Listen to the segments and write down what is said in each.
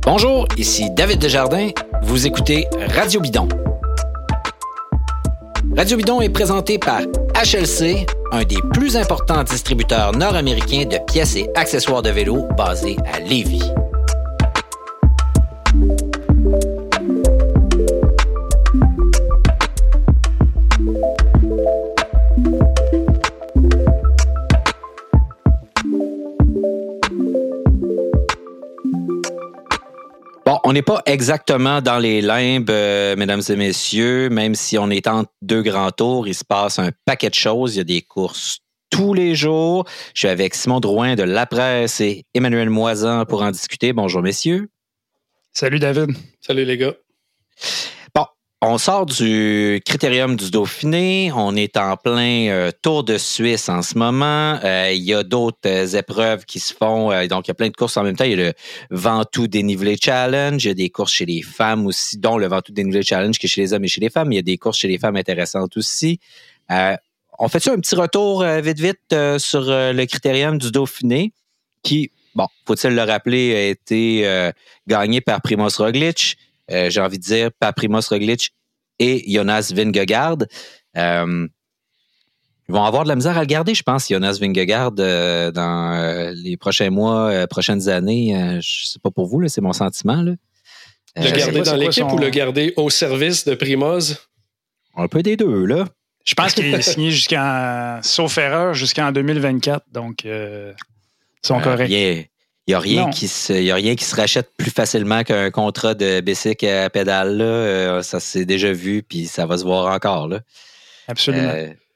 Bonjour, ici David Desjardins. Vous écoutez Radio Bidon. Radio Bidon est présenté par HLC, un des plus importants distributeurs nord-américains de pièces et accessoires de vélo basés à Lévis. Bon, on n'est pas exactement dans les limbes, mesdames et messieurs, même si on est entre deux grands tours, il se passe un paquet de choses. Il y a des courses tous les jours. Je suis avec Simon Drouin de La Presse et Emmanuel Moisan pour en discuter. Bonjour, messieurs. Salut, David. Salut, les gars. Bon, on sort du Critérium du Dauphiné. On est en plein Tour de Suisse en ce moment. Il y a d'autres épreuves qui se font. Donc, il y a plein de courses en même temps. Il y a le Ventoux Dénivelé Challenge. Il y a des courses chez les femmes aussi, dont le Ventoux Dénivelé Challenge qui est chez les hommes et chez les femmes. Il y a des courses chez les femmes intéressantes aussi. On fait-tu un petit retour vite sur le Critérium du Dauphiné qui, bon, faut-il le rappeler, a été gagné par Primož Roglič. J'ai envie de dire par Primož Roglič et Jonas Vingegaard. Ils vont avoir de la misère à le garder, je pense, Jonas Vingegaard, dans les prochains mois, prochaines années. Je ne sais pas pour vous, là, c'est mon sentiment. Là. Le garder dans l'équipe ou le garder au service de Primož? Un peu des deux, là. Je pense qu'il est signé sauf erreur, jusqu'en 2024. Donc, ils sont corrects. Il n'y a rien qui se rachète plus facilement qu'un contrat de bicycle à pédale. Là. Ça s'est déjà vu, puis ça va se voir encore. Là. Absolument.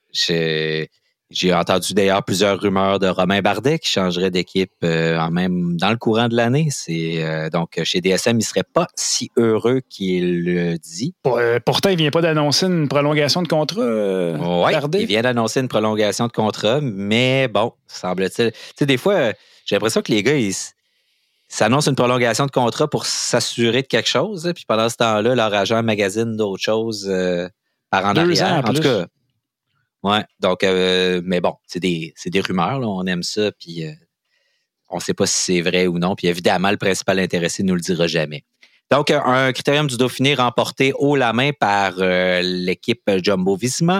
J'ai entendu d'ailleurs plusieurs rumeurs de Romain Bardet qui changerait d'équipe même dans le courant de l'année. Donc, chez DSM, il ne serait pas si heureux qu'il le dit. Pourtant, il ne vient pas d'annoncer une prolongation de contrat, Bardet. Il vient d'annoncer une prolongation de contrat, mais bon, semble-t-il. Tu sais, des fois, j'ai l'impression que les gars, ils s'annoncent une prolongation de contrat pour s'assurer de quelque chose, puis pendant ce temps-là, leur agent magazine d'autres choses par en 2 arrière. ans En tout cas, ouais. Donc, mais bon, c'est des rumeurs, là, on aime ça, puis on ne sait pas si c'est vrai ou non. Puis évidemment, le principal intéressé ne nous le dira jamais. Donc, un Critérium du Dauphiné remporté haut la main par l'équipe Jumbo-Visma.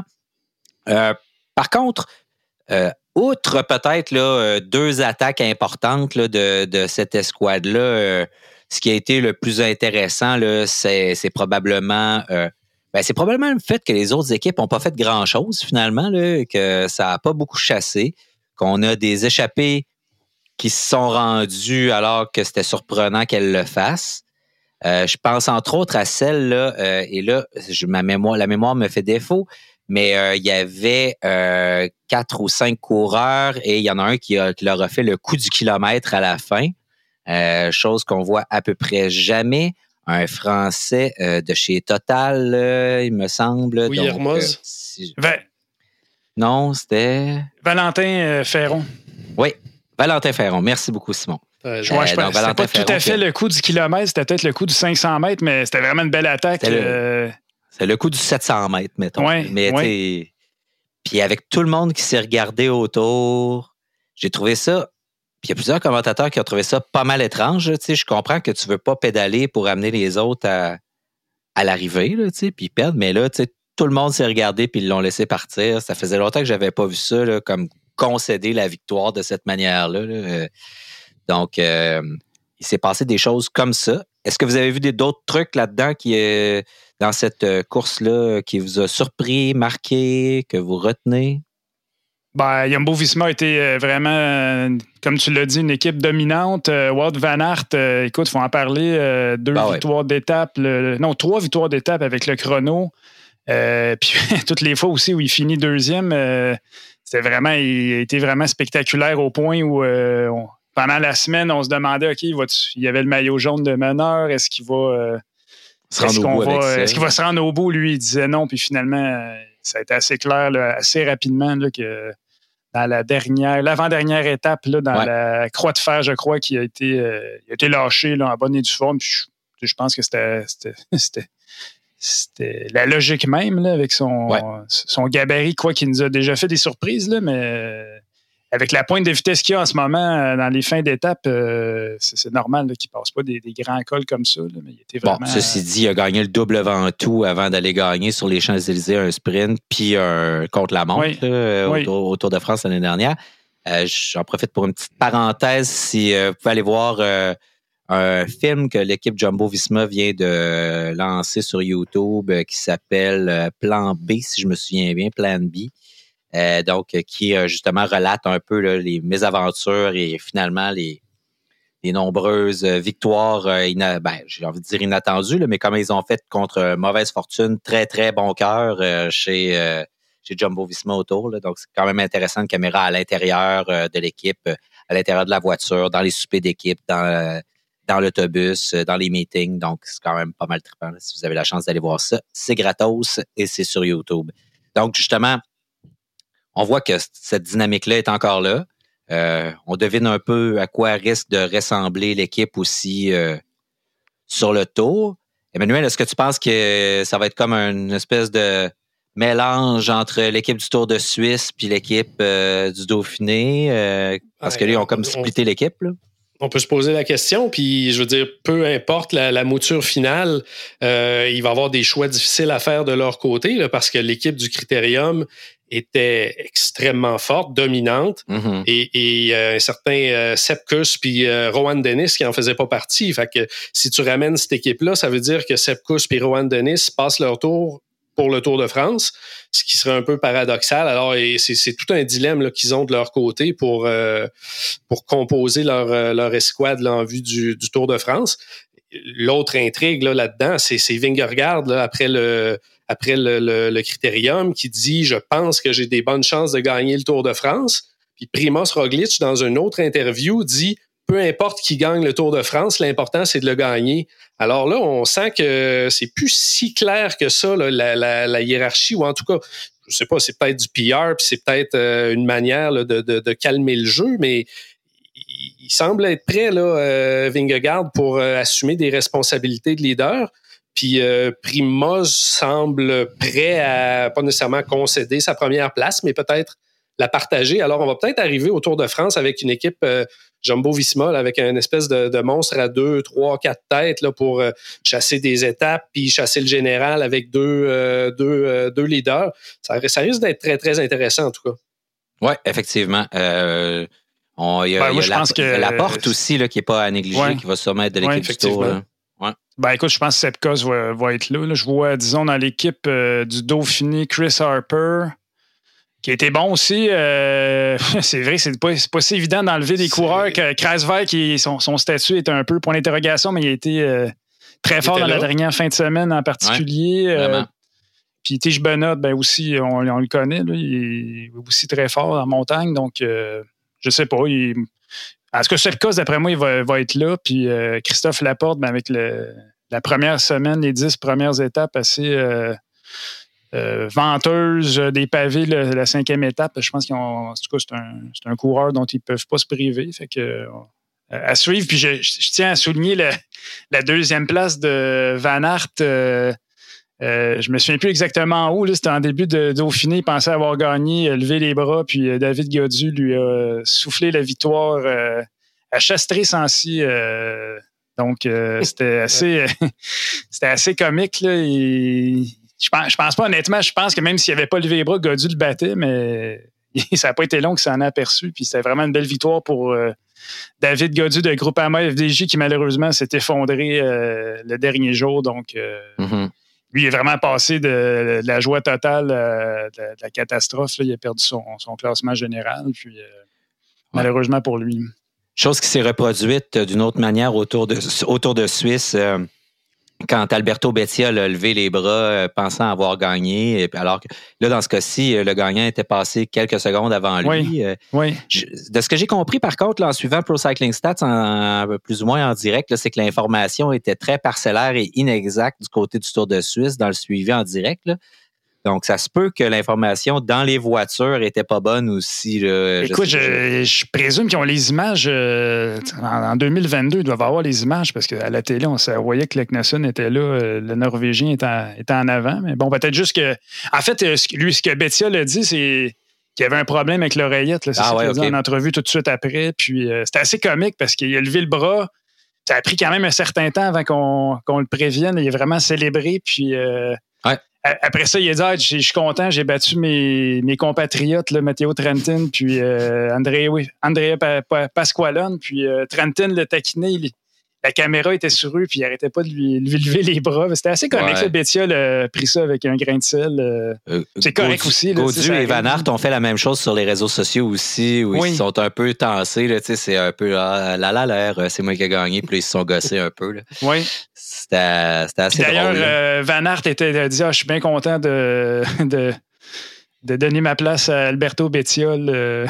Par contre, outre peut-être là, 2 attaques importantes là, de cette escouade-là, ce qui a été le plus intéressant, là, c'est probablement le fait que les autres équipes n'ont pas fait grand-chose finalement, là, que ça n'a pas beaucoup chassé, qu'on a des échappées qui se sont rendues alors que c'était surprenant qu'elles le fassent. Je pense entre autres à celle-là, et là, la mémoire me fait défaut, mais il y avait 4 ou 5 coureurs et il y en a un qui leur a fait le coup du kilomètre à la fin, chose qu'on voit à peu près jamais. Un Français de chez Total, il me semble. Oui, Hermoz. Non, c'était... Valentin Ferron. Oui, Valentin Ferron. Merci beaucoup, Simon. Je c'était pas tout à fait le coup du kilomètre, c'était peut-être le coup du 500 mètres, mais c'était vraiment une belle attaque. C'est le coup du 700 mètres, mettons. Ouais, mais puis avec tout le monde qui s'est regardé autour, j'ai trouvé ça... Puis il y a plusieurs commentateurs qui ont trouvé ça pas mal étrange. Je comprends que tu veux pas pédaler pour amener les autres à l'arrivée, là, puis perdre, mais là, tout le monde s'est regardé puis ils l'ont laissé partir. Ça faisait longtemps que j'avais pas vu ça là, comme concéder la victoire de cette manière-là. Là. Donc, il s'est passé des choses comme ça. Est-ce que vous avez vu d'autres trucs là-dedans dans cette course-là qui vous a surpris, marqué, que vous retenez? Jumbo-Visma a été vraiment, comme tu l'as dit, une équipe dominante. Wout van Aert, écoute, il faut en parler. 2 victoires d'étape. 3 victoires d'étape avec le chrono. Puis toutes les fois aussi où il finit 2e, il a été vraiment spectaculaire au point où pendant la semaine, on se demandait, OK, il y avait le maillot jaune de meneur. Est-ce qu'il va est-ce qu'il va se rendre au bout? Lui, il disait non. Puis finalement, ça a été assez clair, là, assez rapidement, là, que dans l'avant-dernière étape, là, dans la croix de fer, je crois, il a été lâché là, en bonne et due forme. Puis je pense que c'était la logique même là, avec son gabarit, quoi, qui nous a déjà fait des surprises, là, mais avec la pointe de vitesse qu'il y a en ce moment dans les fins d'étape, c'est normal qu'il ne passe pas des grands cols comme ça. Là, mais il était vraiment, ceci dit, il a gagné le double Ventoux avant d'aller gagner sur les Champs-Élysées un sprint puis un contre-la-montre au Tour de France l'année dernière. J'en profite pour une petite parenthèse. Si vous pouvez aller voir un film que l'équipe Jumbo-Visma vient de lancer sur YouTube qui s'appelle Plan B, si je me souviens bien, Plan B. Qui justement relate un peu là, les mésaventures et finalement les nombreuses victoires, j'ai envie de dire inattendues, là, mais comme ils ont fait contre mauvaise fortune, très, très bon cœur chez Jumbo-Visma autour. Là. Donc, c'est quand même intéressant, une caméra à l'intérieur de l'équipe, à l'intérieur de la voiture, dans les soupers d'équipe, dans l'autobus, dans les meetings. Donc, c'est quand même pas mal trippant. Là, si vous avez la chance d'aller voir ça, c'est gratos et c'est sur YouTube. Donc, justement, on voit que cette dynamique-là est encore là. On devine un peu à quoi risque de ressembler l'équipe aussi sur le Tour. Emmanuel, est-ce que tu penses que ça va être comme une espèce de mélange entre l'équipe du Tour de Suisse puis l'équipe du Dauphiné? Parce que là, ils ont comme splitté l'équipe, là. On peut se poser la question, puis je veux dire, peu importe la mouture finale, il va y avoir des choix difficiles à faire de leur côté, là, parce que l'équipe du Critérium était extrêmement forte, dominante, et un certain Sepp Kuss puis Rohan Dennis qui en faisait pas partie. Fait que si tu ramènes cette équipe-là, ça veut dire que Sepp Kuss puis Rohan Dennis passent leur tour pour le Tour de France, ce qui serait un peu paradoxal. Alors, c'est tout un dilemme là, qu'ils ont de leur côté pour composer leur escouade là, en vue du Tour de France. L'autre intrigue là-dedans, c'est Vingegaard là, après le Critérium qui dit « Je pense que j'ai des bonnes chances de gagner le Tour de France ». Puis Primož Roglič, dans une autre interview, dit « Peu importe qui gagne le Tour de France, l'important, c'est de le gagner ». Alors là, on sent que c'est plus si clair que ça, là, la hiérarchie, ou en tout cas, je sais pas, c'est peut-être du PR, puis c'est peut-être une manière là, de calmer le jeu, mais il semble être prêt, là, Vingegaard, pour assumer des responsabilités de leader. Puis Primož semble prêt à pas nécessairement concéder sa première place, mais peut-être la partager. Alors, on va peut-être arriver au Tour de France avec une équipe Jumbo-Visma, là, avec une espèce de monstre à 2, 3, 4 têtes là, pour chasser des étapes, puis chasser le général avec deux leaders. Ça risque d'être très, très intéressant, en tout cas. Oui, effectivement. Il y a Laporte aussi là, qui n'est pas à négliger, qui va sûrement être de l'équipe du Tour. Là. Ouais. Ben écoute, je pense que Sepp Kuss va être là. Je vois, disons, dans l'équipe du Dauphiné, Chris Harper, qui a été bon aussi. C'est vrai, c'est pas si évident d'enlever des coureurs que Kruijswijk, son statut est un peu point d'interrogation, mais il a été très fort dans la dernière fin de semaine en particulier. Puis Tige Benoît, ben aussi, on le connaît, là, il est aussi très fort en montagne, donc je sais pas. En tout cas, Sepp Kuss, d'après moi, il va être là. Puis Christophe Laporte, ben, avec la première semaine, les 10 premières étapes assez venteuses, des pavés, la 5e étape, je pense en tout cas, c'est un coureur dont ils ne peuvent pas se priver. Fait que, à suivre. Puis je tiens à souligner la 2e place de Van Aert. Je me souviens plus exactement où. C'était en début de Dauphiné. Il pensait avoir gagné, levé les bras, puis David Gaudu lui a soufflé la victoire à Chastres-Sancy. Donc, c'était assez comique. Là. Je pense pas, honnêtement, je pense que même s'il n'avait pas levé les bras, Gaudu le battait, mais ça n'a pas été long que ça en a aperçu. Puis c'était vraiment une belle victoire pour David Gaudu de Groupama FDJ qui malheureusement s'est effondré le dernier jour. Donc, lui, il est vraiment passé de la joie totale de la catastrophe. Là. Il a perdu son classement général. Puis, malheureusement pour lui. Chose qui s'est reproduite d'une autre manière autour de Suisse. Quand Alberto Bettiol a levé les bras pensant avoir gagné, alors que là, dans ce cas-ci, le gagnant était passé quelques secondes avant lui. Oui. De ce que j'ai compris, par contre, là, en suivant Pro Cycling Stats, plus ou moins en direct, là, c'est que l'information était très parcellaire et inexacte du côté du Tour de Suisse dans le suivi en direct. Là. Donc, ça se peut que l'information dans les voitures était pas bonne aussi. Là. Écoute, je présume qu'ils ont les images. En 2022, ils doivent avoir les images parce qu'à la télé, on voyait que Leknesson était là, le Norvégien était en avant. Mais bon, peut-être juste que... En fait, ce que Bettiol a dit, c'est qu'il avait un problème avec l'oreillette. Là, c'est ça qu'il a dit en entrevue tout de suite après. Puis c'était assez comique parce qu'il a levé le bras. Ça a pris quand même un certain temps avant qu'on le prévienne. Il a vraiment célébré. Puis après ça, il a dit je suis content, j'ai battu mes compatriotes, là, Matteo Trentin, puis Andrea Pasqualone. Puis Trentin le taquiné. La caméra était sur eux, puis il n'arrêtait pas de lui lever les bras. C'était assez comique. Ouais. Bettiol a pris ça avec un grain de sel. C'est correct aussi. Gaudu et Van Aert ont fait la même chose sur les réseaux sociaux aussi, où ils sont un peu tensés. Là, c'est un peu c'est moi qui ai gagné, puis là, ils se sont gossés un peu. Là. Oui. C'était assez drôle. D'ailleurs, Van Aert a dit je suis bien content de donner ma place à Alberto Bettiol.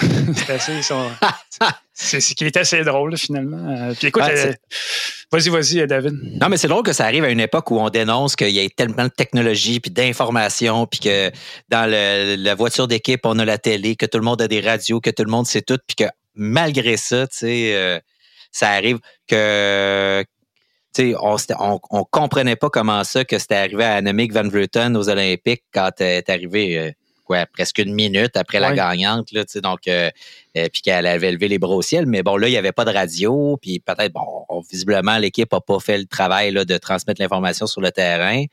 C'est ce qui est assez drôle, finalement. Puis écoute, vas-y, David. Non, mais c'est drôle que ça arrive à une époque où on dénonce qu'il y ait tellement de technologie puis d'informations, puis que dans la voiture d'équipe, on a la télé, que tout le monde a des radios, que tout le monde sait tout, puis que malgré ça, tu sais, ça arrive que... On comprenait pas comment ça que c'était arrivé à Annemiek van Vleuten aux Olympiques quand elle est arrivée... presque une minute après la gagnante, là, donc puis qu'elle avait levé les bras au ciel. Mais bon, là, il n'y avait pas de radio, puis peut-être, visiblement, l'équipe n'a pas fait le travail là, de transmettre l'information sur le terrain.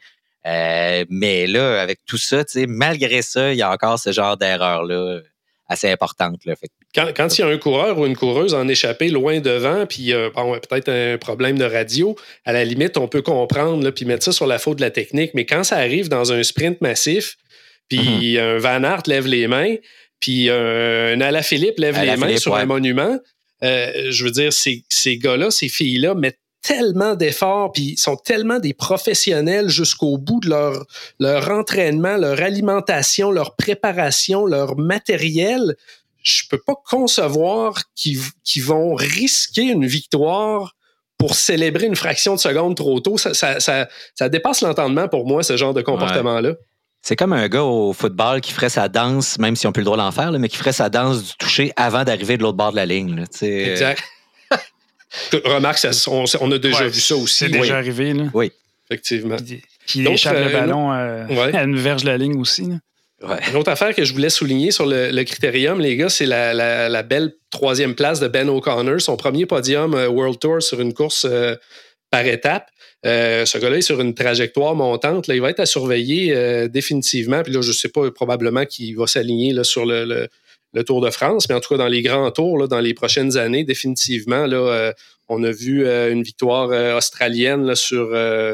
Mais là, avec tout ça, malgré ça, il y a encore ce genre d'erreur-là assez importante. Là. Quand il y a un coureur ou une coureuse en échappée loin devant, puis peut-être un problème de radio, à la limite, on peut comprendre, là, puis mettre ça sur la faute de la technique. Mais quand ça arrive dans un sprint massif, puis un Van Aert lève les mains, puis un Alaphilippe lève les mains sur un monument. Je veux dire, ces gars-là, ces filles-là mettent tellement d'efforts, puis sont tellement des professionnels jusqu'au bout de leur entraînement, leur alimentation, leur préparation, leur matériel. Je peux pas concevoir qu'ils vont risquer une victoire pour célébrer une fraction de seconde trop tôt. Ça dépasse l'entendement pour moi, ce genre de comportement-là. Ouais. C'est comme un gars au football qui ferait sa danse, même si on n'a plus le droit d'en faire, là, mais qui ferait sa danse du toucher avant d'arriver de l'autre bord de la ligne. Là, exact. Remarque, on a déjà vu ça aussi. C'est déjà arrivé. Là. Oui. Effectivement. Puis il échappe le ballon à une verge de la ligne aussi. Là. Ouais. Une autre affaire que je voulais souligner sur le critérium, les gars, c'est la belle 3e place de Ben O'Connor, son premier podium World Tour sur une course par étape. Ce gars-là est sur une trajectoire montante. Là, il va être à surveiller définitivement. Puis là, je ne sais pas, probablement qu'il va s'aligner là, sur le Tour de France, mais en tout cas, dans les grands tours, là, dans les prochaines années, définitivement, là, on a vu une victoire australienne là, sur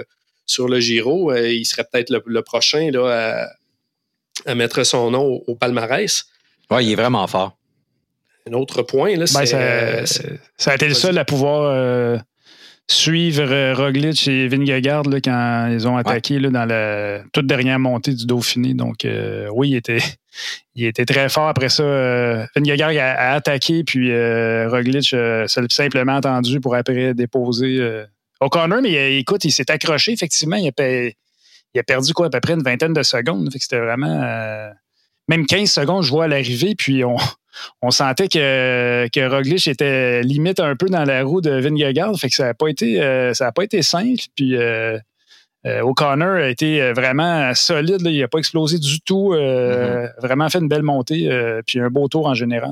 le Giro. Il serait peut-être le prochain là, à mettre son nom au palmarès. Oui, il est vraiment fort. Un autre point, là, c'est... Ça a été le seul à pouvoir... suivre Roglic et Vingegaard là, quand ils ont attaqué là, dans la toute dernière montée du Dauphiné. Donc, oui, il était très fort. Après ça, Vingegaard a attaqué, puis Roglic s'est simplement attendu pour après déposer O'Connor. Mais écoute, il s'est accroché, effectivement. Il a perdu à peu près une vingtaine de secondes. Fait que c'était vraiment... même 15 secondes, je vois à l'arrivée, puis on sentait que Roglic était limite un peu dans la roue de Vingegaard, fait que ça n'a pas été simple. Puis O'Connor a été vraiment solide, là, il n'a pas explosé du tout, vraiment fait une belle montée, puis un beau tour en général.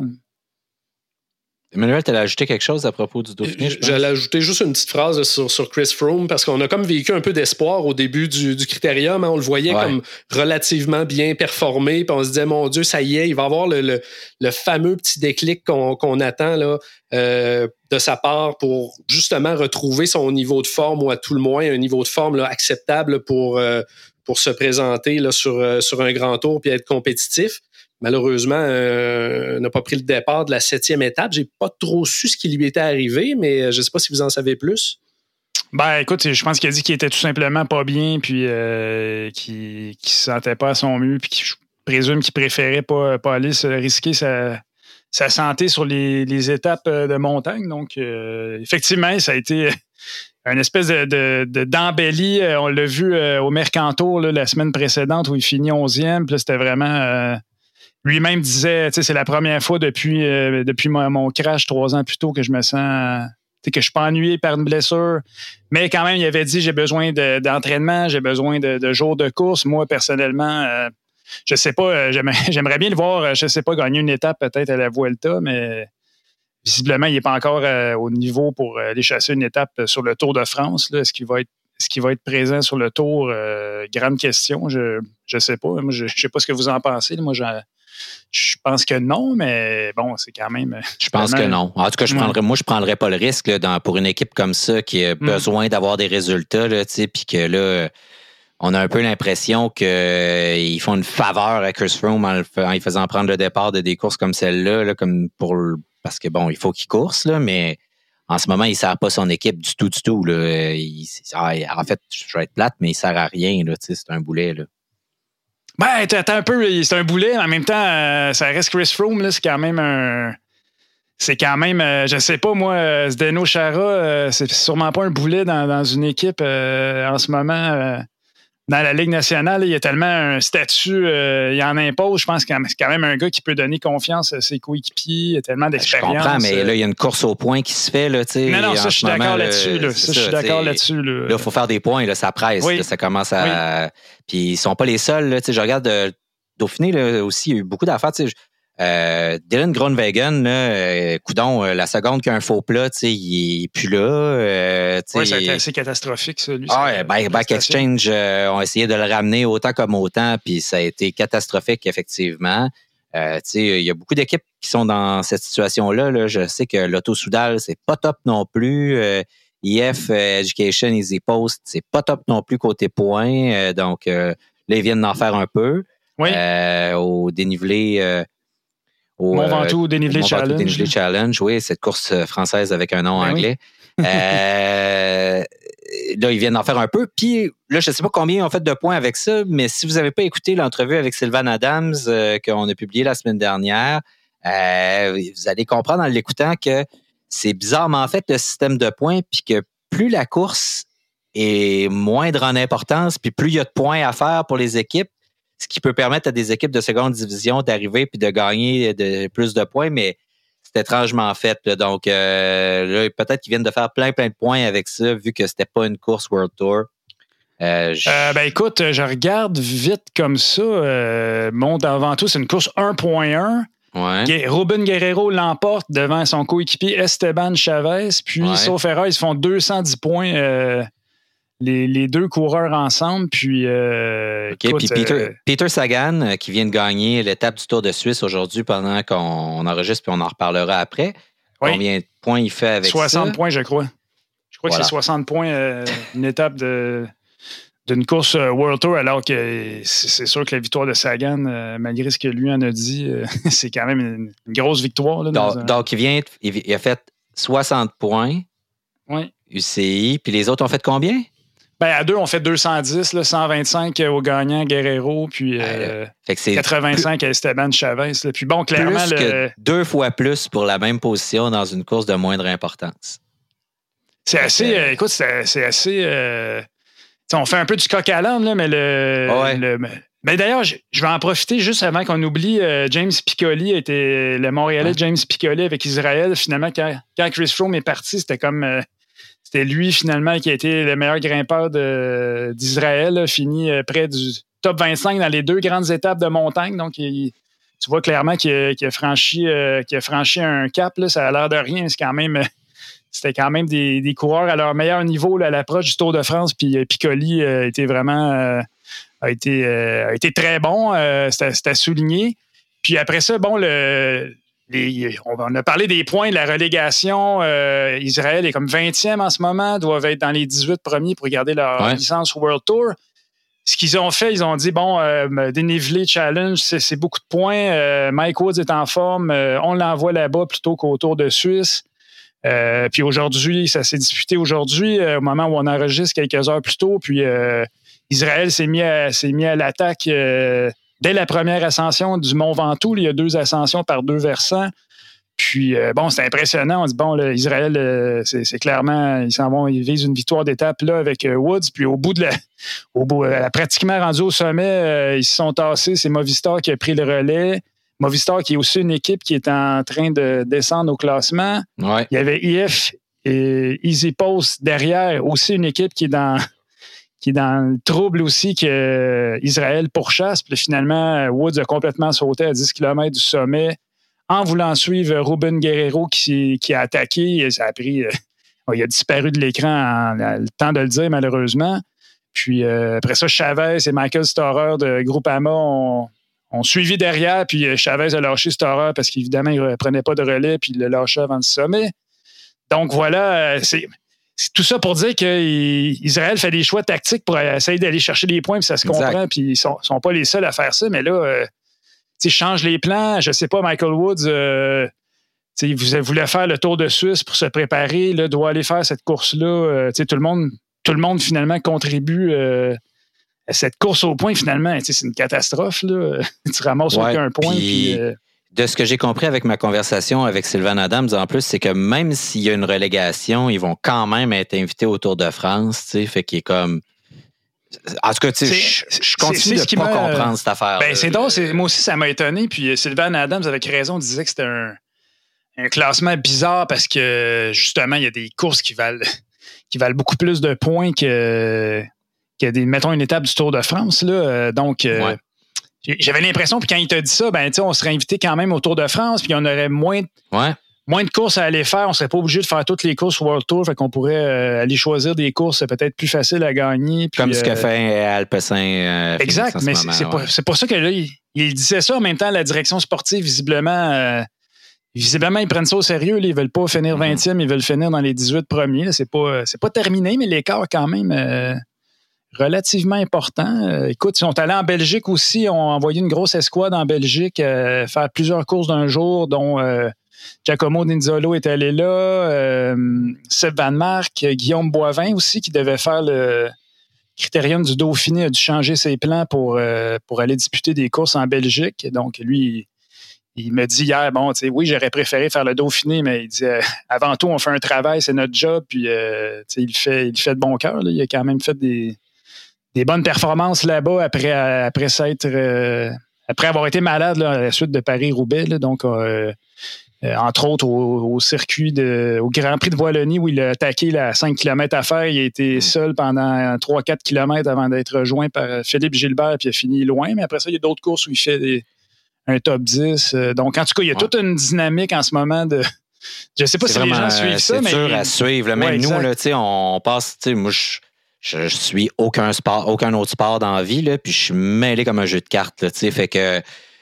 Emmanuel, tu allais ajouter quelque chose à propos du Dauphiné? J'allais ajouter juste une petite phrase sur Chris Froome, parce qu'on a comme vécu un peu d'espoir au début du critérium. Hein, on le voyait comme relativement bien performé, puis on se disait, mon Dieu, ça y est, il va avoir le fameux petit déclic qu'on attend là, de sa part pour justement retrouver son niveau de forme, ou à tout le moins un niveau de forme là, acceptable pour se présenter là, sur un grand tour puis être compétitif. Malheureusement, n'a pas pris le départ de la 7e étape. J'ai pas trop su ce qui lui était arrivé, mais je sais pas si vous en savez plus. Ben, écoute, je pense qu'il a dit qu'il était tout simplement pas bien, puis qu'il se sentait pas à son mieux, puis je présume qu'il préférait pas aller se risquer sa santé sur les étapes de montagne. Donc, effectivement, ça a été une espèce d'embellie. On l'a vu au Mercantour là, la semaine précédente où il finit 11e. Puis là, c'était vraiment... lui-même disait, c'est la première fois depuis mon crash 3 ans plus tôt que je me sens... que je suis pas ennuyé par une blessure. Mais quand même, il avait dit, j'ai besoin d'entraînement, j'ai besoin de jours de course. Moi, personnellement... je sais pas, j'aimerais bien le voir, je sais pas, gagner une étape peut-être à la Vuelta, mais visiblement, il n'est pas encore au niveau pour aller chasser une étape sur le Tour de France. Là. Est-ce qu'il va être présent sur le Tour? Grande question. Je sais pas. Moi, je sais pas ce que vous en pensez. Moi, je pense que non, mais bon, c'est quand même... Je pense que non. En tout cas, je prendrais pas le risque là, pour une équipe comme ça qui a besoin d'avoir des résultats, puis que là, on a un peu l'impression qu'ils font une faveur à Chris Froome en lui faisant prendre le départ de des courses comme celle-là, là, parce que bon, il faut qu'il course, là, mais en ce moment, il ne sert pas son équipe du tout. Là. En fait, je vais être plate, mais il ne sert à rien. Là, c'est un boulet. Là. Ben, attends un peu, c'est un boulet, mais en même temps, ça reste Chris Froome, là, c'est quand même, je sais pas, moi, Zdeno Chara, c'est sûrement pas un boulet dans une équipe en ce moment. Dans la Ligue nationale, il y a tellement un statut, il en impose. Je pense que c'est quand même un gars qui peut donner confiance à ses coéquipiers. Il y a tellement d'expérience. Je comprends, mais là, il y a une course au point qui se fait. Là, non, ça, je suis d'accord là-dessus. Ça, je suis d'accord là-dessus. Là, il faut faire des points. Là, ça presse. Oui. Là, ça commence à... Puis, ils sont pas les seuls. Là, je regarde Dauphiné là, aussi, il y a eu beaucoup d'affaires. Dylan Groenewegen, coudon, la seconde qu'il y a un faux plat, il n'est plus là. Oui, ça a été assez catastrophique, ça. Lui, Back Exchange ont essayé de le ramener autant comme autant, puis ça a été catastrophique, effectivement. Il y a beaucoup d'équipes qui sont dans cette situation-là. Là. Je sais que l'Auto Soudal, c'est pas top non plus. IF Education, Easy Post, c'est pas top non plus côté points. Donc, là, ils viennent d'en faire un peu. Oui. Au dénivelé... Mont Ventoux Dénivelé Challenge. Dénivelé Challenge, oui, cette course française avec un nom anglais. Oui. Là, ils viennent d'en faire un peu. Puis là, je ne sais pas combien ils ont fait de points avec ça, mais si vous n'avez pas écouté l'entrevue avec Sylvain Adams qu'on a publiée la semaine dernière, vous allez comprendre en l'écoutant que c'est bizarrement en fait le système de points, puis que plus la course est moindre en importance, puis plus il y a de points à faire pour les équipes, ce qui peut permettre à des équipes de seconde division d'arriver puis de gagner plus de points, mais c'est étrangement fait. Là. Donc, là, peut-être qu'ils viennent de faire plein de points avec ça, vu que c'était pas une course World Tour. Écoute, je regarde vite comme ça. Mont Ventoux, c'est une course 1.1. Ouais. Ruben Guerrero l'emporte devant son coéquipier Esteban Chavez. Puis, sauf erreur, ils se font 210 points les deux coureurs ensemble. Puis, écoute, puis Peter Sagan, qui vient de gagner l'étape du Tour de Suisse aujourd'hui pendant qu'on enregistre, puis on en reparlera après. Oui. Combien de points il fait avec 60 points, je crois. Je crois que c'est 60 points une étape d'une course World Tour, alors que c'est sûr que la victoire de Sagan, malgré ce que lui en a dit, c'est quand même une grosse victoire. Là, donc il a fait 60 points. Oui. UCI. Puis les autres ont fait combien? À deux, on fait 210, là, 125 au gagnant Guerrero, puis 85 à Esteban Chavez. Là. Puis bon, clairement... Plus que 2 fois plus pour la même position dans une course de moindre importance. C'est assez... écoute, c'est assez... on fait un peu du coq à l'âne, là, mais mais d'ailleurs, je vais en profiter juste avant qu'on oublie. James Piccoli était le Montréalais James Piccoli avec Israël. Finalement, quand Chris Froome est parti, c'était comme... C'était lui, finalement, qui a été le meilleur grimpeur d'Israël, fini près du top 25 dans les 2 grandes étapes de montagne. Donc, tu vois clairement qu'il a franchi un cap. Là, ça a l'air de rien. C'était quand même des coureurs à leur meilleur niveau là, à l'approche du Tour de France. Puis Piccoli a été très bon. C'était souligné. Puis après ça, bon, on a parlé des points de la relégation. Israël est comme 20e en ce moment, doivent être dans les 18 premiers pour garder leur licence World Tour. Ce qu'ils ont fait, ils ont dit, dénivelé challenge, c'est beaucoup de points. Mike Woods est en forme. On l'envoie là-bas plutôt qu'au Tour de Suisse. Puis aujourd'hui, ça s'est disputé aujourd'hui, au moment où on enregistre quelques heures plus tôt. Puis Israël s'est mis à l'attaque dès la première ascension du Mont Ventoux. Il y a 2 ascensions par 2 versants. Puis, c'est impressionnant. On dit, Israël, c'est clairement, ils visent une victoire d'étape là avec Woods. Puis, au bout, pratiquement rendu au sommet, ils se sont tassés. C'est Movistar qui a pris le relais. Movistar qui est aussi une équipe qui est en train de descendre au classement. Ouais. Il y avait IF et Easy Post derrière, aussi une équipe qui qui est dans le trouble aussi qu'Israël pourchasse. Puis finalement, Woods a complètement sauté à 10 km du sommet en voulant suivre Ruben Guerrero qui a attaqué. Et ça a pris... il a disparu de l'écran le temps de le dire, malheureusement. Puis après ça, Chavez et Michael Storer de Groupama ont suivi derrière. Puis Chavez a lâché Storer parce qu'évidemment, il ne prenait pas de relais puis il le lâchait avant le sommet. Donc voilà, c'est tout ça pour dire qu'Israël fait des choix tactiques pour essayer d'aller chercher des points, puis ça se comprend, puis ils sont pas les seuls à faire ça, mais là, change les plans. Je sais pas, Michael Woods, il voulait faire le Tour de Suisse pour se préparer, là, doit aller faire cette course-là. Tout le monde finalement contribue à cette course au point, finalement. C'est une catastrophe, là. Tu ramasses aucun point, puis... De ce que j'ai compris avec ma conversation avec Sylvain Adams, en plus, c'est que même s'il y a une relégation, ils vont quand même être invités au Tour de France. Fait qu'il est comme... En tout cas, je continue de ne pas comprendre cette affaire. C'est drôle. Moi aussi, ça m'a étonné. Puis Sylvain Adams, avec raison, disait que c'était un classement bizarre parce que, justement, il y a des courses qui valent beaucoup plus de points que mettons, une étape du Tour de France. Là. Donc... J'avais l'impression, puis quand il t'a dit ça, on serait invité quand même au Tour de France, puis on aurait moins de courses à aller faire. On serait pas obligé de faire toutes les courses au World Tour, fait qu'on pourrait aller choisir des courses peut-être plus faciles à gagner. Puis, comme ce qu'a fait Alpecin. Exact, mais c'est pour ça que là, il disait ça. En même temps, la direction sportive, visiblement, ils prennent ça au sérieux. Là, ils veulent pas finir 20e, ils veulent finir dans les 18 premiers. Là, c'est pas terminé, mais l'écart quand même... relativement important. Écoute, ils sont allés en Belgique aussi. Ils ont envoyé une grosse escouade en Belgique faire plusieurs courses d'un jour, dont Giacomo Nizzolo est allé là, Seb Van Mark, Guillaume Boivin aussi, qui devait faire le Critérium du Dauphiné, a dû changer ses plans pour aller disputer des courses en Belgique. Donc, lui, il me dit hier, oui, j'aurais préféré faire le Dauphiné, mais il dit, avant tout, on fait un travail, c'est notre job, puis il fait de bon cœur. Il a quand même fait des bonnes performances là-bas après avoir été malade là, à la suite de Paris-Roubaix. Là, donc, entre autres, au circuit au Grand Prix de Wallonie où il a attaqué à 5 km à faire. Il a été seul pendant 3-4 km avant d'être rejoint par Philippe Gilbert, puis il a fini loin. Mais après ça, il y a d'autres courses où il fait un top 10. Donc, en tout cas, il y a toute une dynamique en ce moment de... Je ne sais pas si les gens suivent ça, mais... C'est dur à suivre. Là. Même nous, là, on passe... Moi, je suis aucun autre sport dans la vie, là, puis je suis mêlé comme un jeu de cartes. Là, fait que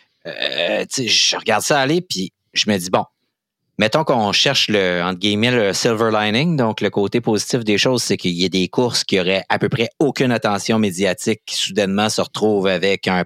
je regarde ça aller, puis je me dis, bon, mettons qu'on cherche entre guillemets, le silver lining, donc le côté positif des choses, c'est qu'il y a des courses qui auraient à peu près aucune attention médiatique qui soudainement se retrouvent avec un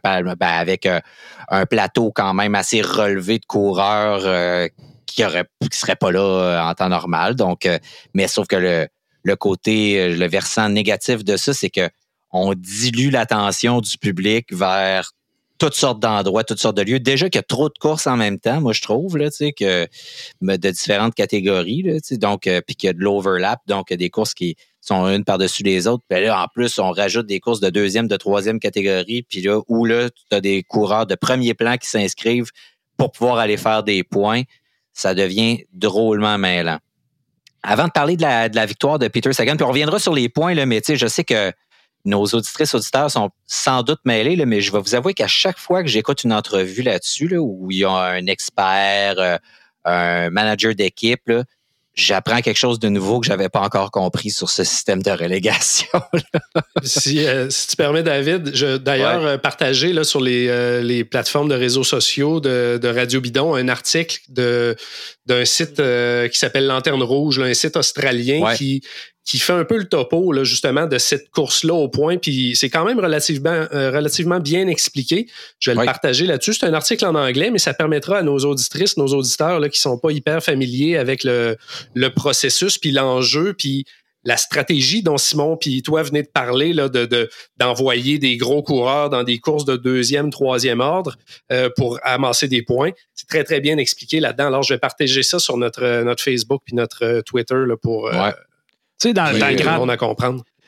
plateau quand même assez relevé de coureurs qui seraient pas là en temps normal. Donc, mais sauf que le côté, le versant négatif de ça, c'est que on dilue l'attention du public vers toutes sortes d'endroits, toutes sortes de lieux. Déjà qu'il y a trop de courses en même temps, moi je trouve, là, de différentes catégories, là, donc puis qu'il y a de l'overlap, donc il y a des courses qui sont une par-dessus les autres. Puis là, en plus, on rajoute des courses de deuxième, de troisième catégorie, puis là, où là, tu as des coureurs de premier plan qui s'inscrivent pour pouvoir aller faire des points. Ça devient drôlement mêlant. Avant de parler de la victoire de Peter Sagan, puis on reviendra sur les points, là, mais je sais que nos auditeurs sont sans doute mêlés, là, mais je vais vous avouer qu'à chaque fois que j'écoute une entrevue là-dessus, là, où il y a un expert, un manager d'équipe, là, j'apprends quelque chose de nouveau que je n'avais pas encore compris sur ce système de relégation. Si tu permets, David, d'ailleurs partagé là, sur les plateformes de réseaux sociaux de Radio Bidon un article d'un site qui s'appelle Lanterne Rouge, là, un site australien qui fait un peu le topo là, justement de cette course-là au point, puis c'est quand même relativement bien expliqué. Je vais le partager là-dessus. C'est un article en anglais, mais ça permettra à nos auditrices, nos auditeurs là, qui sont pas hyper familiers avec le processus, puis l'enjeu, puis la stratégie dont Simon puis toi venez de parler là, d'envoyer des gros coureurs dans des courses de deuxième, troisième ordre pour amasser des points. C'est très, très bien expliqué là-dedans. Alors, je vais partager ça sur notre Facebook puis notre Twitter là, pour... Tu sais, dans le grand monde à comprendre.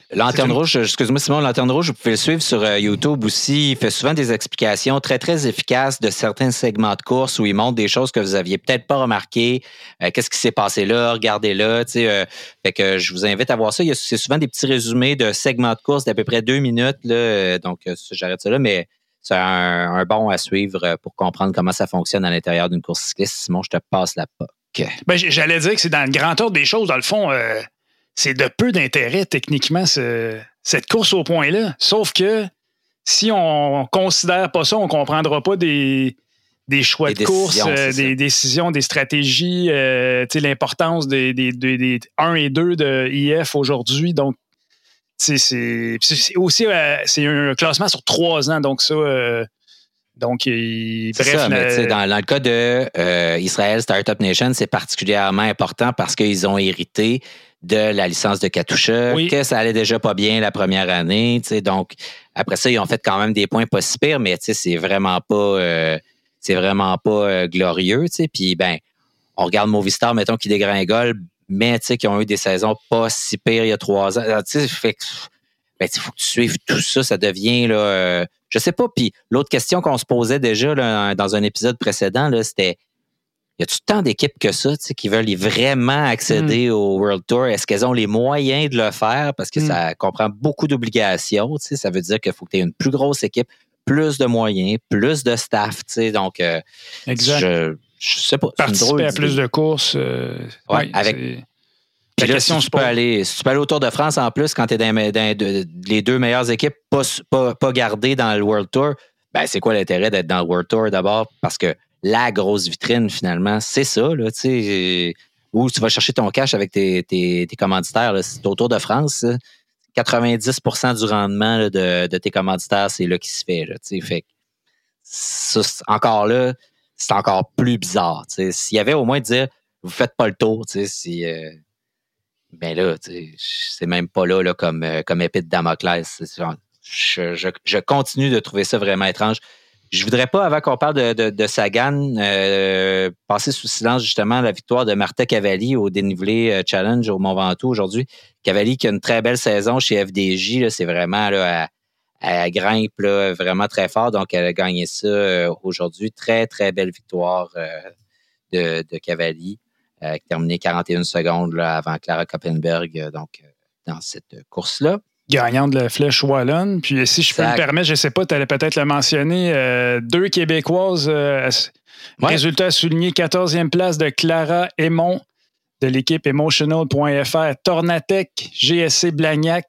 Lanterne Rouge, excuse-moi Simon, Lanterne Rouge, vous pouvez le suivre sur YouTube aussi. Il fait souvent des explications très, très efficaces de certains segments de course où il montre des choses que vous aviez peut-être pas remarquées. Qu'est-ce qui s'est passé là? Regardez-là. Fait que je vous invite à voir ça. C'est souvent des petits résumés de segments de course d'à peu près 2 minutes. Là, donc, j'arrête ça là, mais c'est un bon à suivre pour comprendre comment ça fonctionne à l'intérieur d'une course cycliste. Simon, je te passe la POC. Ben, j'allais dire que c'est dans le grand ordre des choses. Dans le fond, c'est de peu d'intérêt techniquement, cette course au point-là. Sauf que si on considère pas ça, on comprendra pas des choix de course, des décisions, des stratégies, l'importance des 1 et 2 de IF aujourd'hui. Donc, c'est aussi c'est un classement sur 3 ans. Donc, ça... Donc, bref. Ça, mais dans le cas de Israel Startup Nation, c'est particulièrement important parce qu'ils ont hérité de la licence de Katusha, que ça allait déjà pas bien la première année. Donc, après ça, ils ont fait quand même des points pas si pires, mais c'est vraiment pas glorieux. Puis, on regarde Movistar, mettons, qui dégringole, mais qui ont eu des saisons pas si pires il y a 3 ans. Fait que, il faut que tu suives tout ça. Ça devient, là, je sais pas. Puis l'autre question qu'on se posait déjà là, dans un épisode précédent, là, c'était, y a-tu tant d'équipes que ça qui veulent vraiment accéder au World Tour? Est-ce qu'elles ont les moyens de le faire? Parce que ça comprend beaucoup d'obligations. Ça veut dire qu'il faut que tu aies une plus grosse équipe, plus de moyens, plus de staff. Donc, exact. Je sais pas. Participer à plus de courses. Avec... Puis là, si tu peux aller au Tour de France en plus, quand tu es dans les 2 meilleures équipes pas gardées dans le World Tour, c'est quoi l'intérêt d'être dans le World Tour d'abord? Parce que la grosse vitrine, finalement, c'est ça, là, où tu vas chercher ton cash avec tes commanditaires. Là. C'est au Tour de France, 90% du rendement là, de tes commanditaires, c'est là qui se fait. Là, fait ça, encore là, c'est encore plus bizarre. S'il y avait au moins de dire, vous faites pas le tour, si... Ben là, c'est même pas là comme épée de Damoclès. Je continue de trouver ça vraiment étrange. Je voudrais pas, avant qu'on parle de Sagan, passer sous silence justement la victoire de Marta Cavalli au dénivelé challenge au Mont Ventoux aujourd'hui. Cavalli qui a une très belle saison chez FDJ. Là, c'est vraiment là, elle grimpe là, vraiment très fort. Donc, elle a gagné ça aujourd'hui. Très, très belle victoire de Cavalli. Qui a terminé 41 secondes là, avant Clara Koppenberg dans cette course-là. Gagnante de la Flèche Wallonne. Puis si je peux me permettre, je ne sais pas, tu allais peut-être le mentionner, 2 Québécoises. Résultat à souligner, 14e place de Clara Aymon de l'équipe Emotional.fr. Tornatec, GSC Blagnac,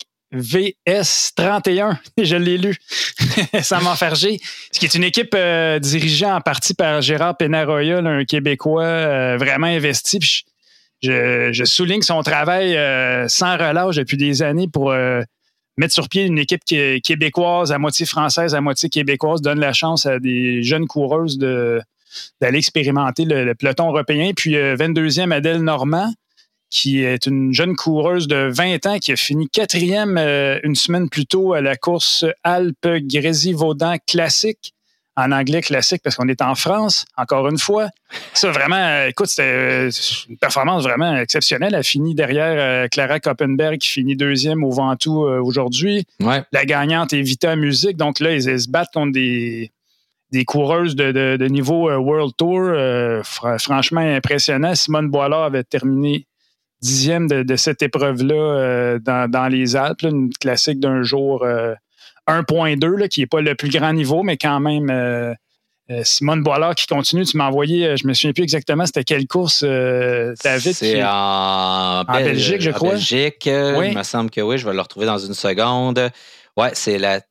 VS31, je l'ai lu, sans m'enfarger. Ce qui est une équipe dirigée en partie par Gérard Penaroya, un Québécois vraiment investi. Puis je souligne son travail sans relâche depuis des années pour mettre sur pied une équipe québécoise, à moitié française, à moitié québécoise, donne la chance à des jeunes coureuses d'aller expérimenter le peloton européen. Puis 22e, Adèle Normand, qui est une jeune coureuse de 20 ans qui a fini 4e une semaine plus tôt à la course Alpes-Grésivaudan classique, en anglais classique parce qu'on est en France, encore une fois. Ça, vraiment, écoute, c'était une performance vraiment exceptionnelle. Elle a fini derrière Clara Koppenberg qui finit 2e au Ventoux aujourd'hui. Ouais. La gagnante est Vita Music. Donc là, ils se battent contre des coureuses de niveau World Tour. Franchement impressionnant. Simone Boilard avait terminé 10e de cette épreuve-là dans les Alpes, là, une classique d'un jour 1.2, là, qui n'est pas le plus grand niveau, mais quand même Simone Boilard qui continue. Tu m'as envoyé, je ne me souviens plus exactement, c'était quelle course, David? C'est en Belgique, je crois. En Belgique, oui. Il me semble que oui, je vais le retrouver dans une seconde. Ouais, c'est la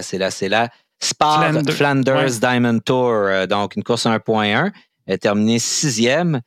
Flanders Diamond Tour, donc une course 1.1. Elle a terminé 6e.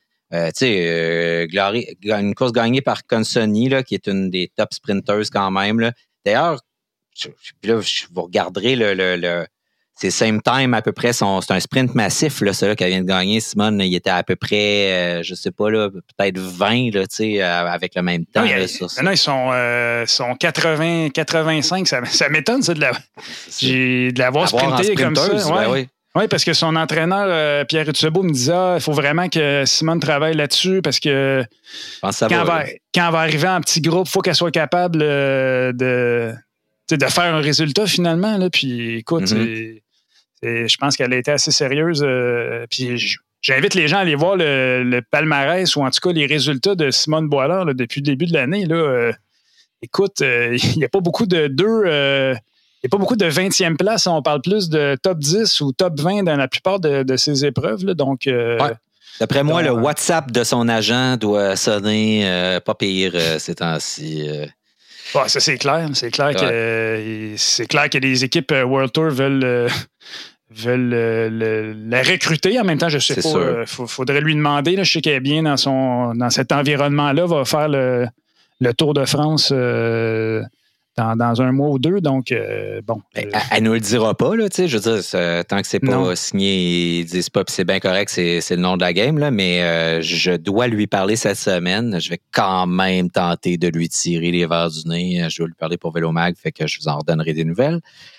Une course gagnée par Consoni, là, qui est une des top sprinteuses quand même. Là. D'ailleurs, vous regarderez c'est same time à peu près. C'est un sprint massif, là, celui qu'elle vient de gagner. Simone, il était à peu près, je sais pas, là, peut-être 20 là, avec le même temps. Non, ils sont 80, 85. Ça m'étonne, ça, de l'avoir sprinté comme ça. Ouais. Oui. Oui, parce que son entraîneur, Pierre Utsubo, me disait il faut vraiment que Simone travaille là-dessus parce que quand elle va arriver en petit groupe, il faut qu'elle soit capable de faire un résultat finalement. Là. Puis écoute, je pense qu'elle a été assez sérieuse. Puis j'invite les gens à aller voir le palmarès ou en tout cas les résultats de Simone Boilard là, depuis le début de l'année. Là, écoute, il n'y a pas beaucoup de il n'y a pas beaucoup de 20e place. On parle plus de top 10 ou top 20 dans la plupart de ces épreuves. Là. Donc, d'après moi, le WhatsApp de son agent doit sonner pas pire ces temps-ci. Ça, c'est clair. C'est clair que les équipes World Tour veulent la recruter. En même temps, je ne sais pas. Il faudrait lui demander. Là, je sais qu'elle est bien dans cet environnement-là. Va faire le Tour de France dans un mois ou deux. Donc, bon. Elle nous le dira pas, là, tu sais. Je veux dire, tant que c'est pas signé, ils disent pas, puis c'est bien correct, c'est le nom de la game, là, mais je dois lui parler cette semaine. Je vais quand même tenter de lui tirer les verres du nez. Je dois lui parler pour Vélomag, fait que je vous en redonnerai des nouvelles.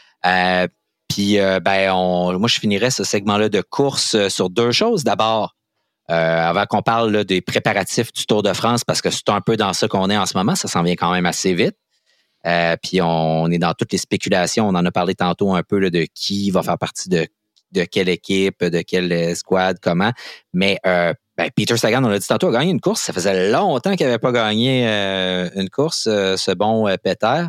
Puis, moi, je finirais ce segment-là de course sur deux choses. D'abord, avant qu'on parle là, des préparatifs du Tour de France, parce que c'est un peu dans ça qu'on est en ce moment, ça s'en vient quand même assez vite. Puis on est dans toutes les spéculations. On en a parlé tantôt un peu là, de qui va faire partie de quelle équipe, de quelle squad, comment. Mais Peter Sagan, on l'a dit tantôt, a gagné une course. Ça faisait longtemps qu'il n'avait pas gagné une course, ce bon Peter.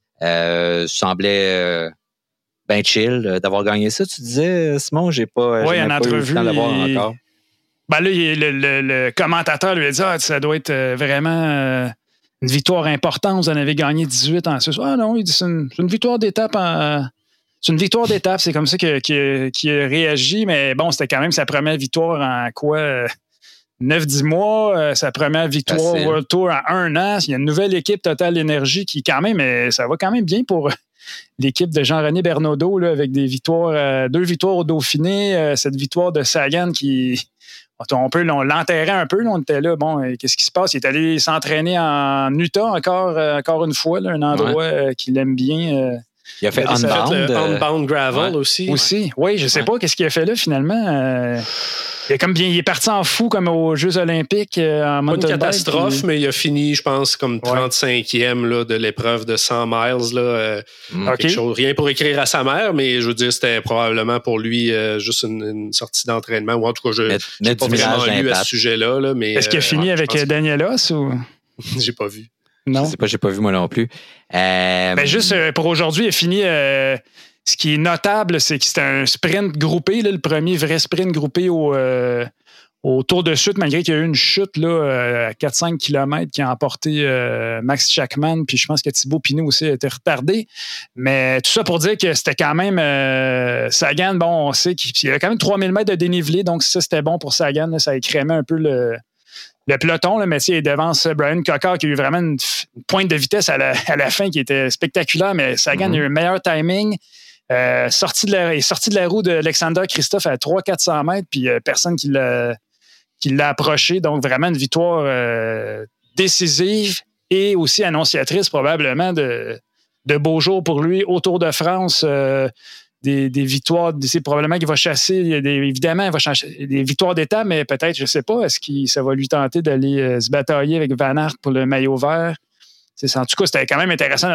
Semblait bien chill d'avoir gagné ça. Tu disais, Simon, j'ai pas eu le temps de l'avoir encore. Ben là, le commentateur lui a dit ça doit être vraiment une victoire importante. Vous en avez gagné 18 en ce soir. Ah non, il dit c'est une victoire d'étape. C'est une victoire d'étape. C'est comme ça qu'il a réagi. Mais bon, c'était quand même sa première victoire en quoi 9-10 mois. Sa première victoire au World Tour en 1 an. Il y a une nouvelle équipe Total Energy qui, quand même, ça va quand même bien pour l'équipe de Jean-René Bernaudot là, avec des victoires, 2 victoires au Dauphiné. Cette victoire de Sagan qui. On l'enterrait un peu. Là, on était là. Bon, qu'est-ce qui se passe? Il est allé s'entraîner en Utah encore une fois, là, un endroit qu'il aime bien. Il a fait Unbound Gravel aussi. Oui, je sais pas qu'est-ce qu'il a fait là finalement. Il est parti en fou comme aux Jeux Olympiques en mountain bike. Pas une catastrophe, mais il a fini, je pense, comme 35e là, de l'épreuve de 100 miles. Là, quelque chose, rien pour écrire à sa mère, mais je veux dire, c'était probablement pour lui juste une sortie d'entraînement. Ou en tout cas, je n'ai pas vraiment lu à ce sujet-là. Là, mais, est-ce qu'il a fini avec Danielos ou? J'ai pas vu. Non. Je sais pas, j'ai pas vu moi non plus. Juste pour aujourd'hui, il a fini. Ce qui est notable, c'est que c'était un sprint groupé, là, le premier vrai sprint groupé au Tour de Chute, malgré qu'il y a eu une chute là, à 4-5 km qui a emporté Max Chapman, puis je pense que Thibaut Pinot aussi a été retardé. Mais tout ça pour dire que c'était quand même Sagan, bon, on sait qu'il y avait quand même 3000 mètres de dénivelé, donc ça, c'était bon pour Sagan. Là, ça écrémait un peu le peloton, là, mais il devance Brian Cocker qui a eu vraiment une pointe de vitesse à la fin qui était spectaculaire, mais Sagan a eu un meilleur timing. Sorti de la roue d'Alexander Kristoff à 300-400 mètres, puis personne qui l'a approché. Donc, vraiment une victoire décisive et aussi annonciatrice probablement de beaux jours pour lui au Tour de France. Des victoires, c'est probablement qu'il va chasser, évidemment, il va chercher des victoires d'étape, mais peut-être, je ne sais pas, est-ce que ça va lui tenter d'aller se batailler avec Van Aert pour le maillot vert? En tout cas, c'était quand même intéressant de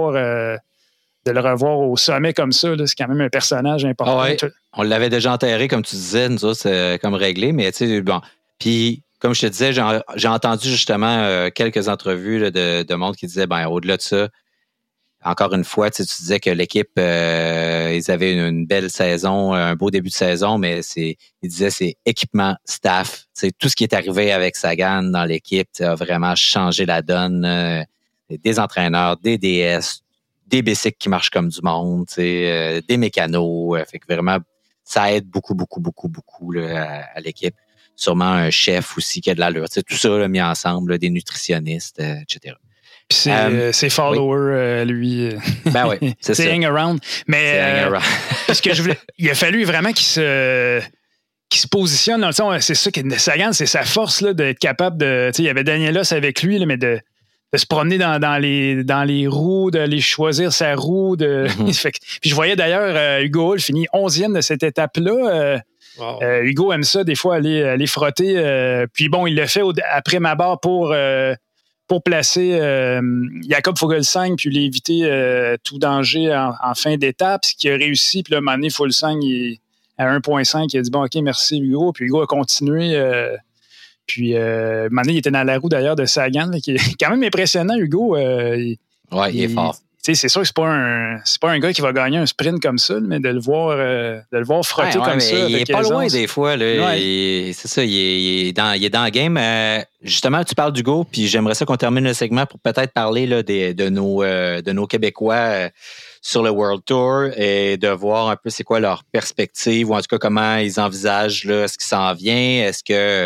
le revoir au sommet comme ça. Là. C'est quand même un personnage important. Ah ouais. On l'avait déjà enterré, comme tu disais, nous autres, c'est comme réglé, mais tu sais, bon. Puis, comme je te disais, j'ai entendu justement quelques entrevues là, de monde qui disaient, au-delà de ça, encore une fois, tu disais que l'équipe, ils avaient une belle saison, un beau début de saison, mais ils disaient c'est équipement, staff. Tout ce qui est arrivé avec Sagan dans l'équipe a vraiment changé la donne. Des entraîneurs, des DS, des bicycles qui marchent comme du monde, des mécanos. Fait que vraiment, ça aide beaucoup, beaucoup, beaucoup, beaucoup là, à l'équipe. Sûrement un chef aussi qui a de l'allure. Tout ça là, mis ensemble, là, des nutritionnistes, etc. Puis ses followers, lui. Ben oui, c'est ça. Hang around. Mais parce que il a fallu vraiment qu'il se positionne dans le sens. C'est ça que Sagan, c'est sa force là, d'être capable de. Il y avait Danielos avec lui, là, mais de se promener dans les roues, d'aller choisir sa roue. Puis je voyais d'ailleurs Hugo Hull finit 11e de cette étape-là. Wow. Hugo aime ça, des fois, aller frotter. Puis bon, il l'a fait après ma barre pour placer Jakob Fuglsang puis l'éviter tout danger en fin d'étape, ce qui a réussi. Puis là, à un moment donné, Fuglsang à 1.5, il a dit « Bon, OK, merci Hugo ». Puis Hugo a continué. Puis, un moment donné, il était dans la roue d'ailleurs de Sagan, là, qui est quand même impressionnant, Hugo. Il est fort. C'est sûr que c'est pas un gars qui va gagner un sprint comme ça, mais de le voir frotter comme ça. Il est pas loin des fois. Là, ouais. C'est ça, il est dans le game. Justement, tu parles d'Hugo, puis j'aimerais ça qu'on termine le segment pour peut-être parler là, de nos Québécois sur le World Tour et de voir un peu c'est quoi leur perspective ou en tout cas comment ils envisagent là, ce qui s'en vient. Est-ce que,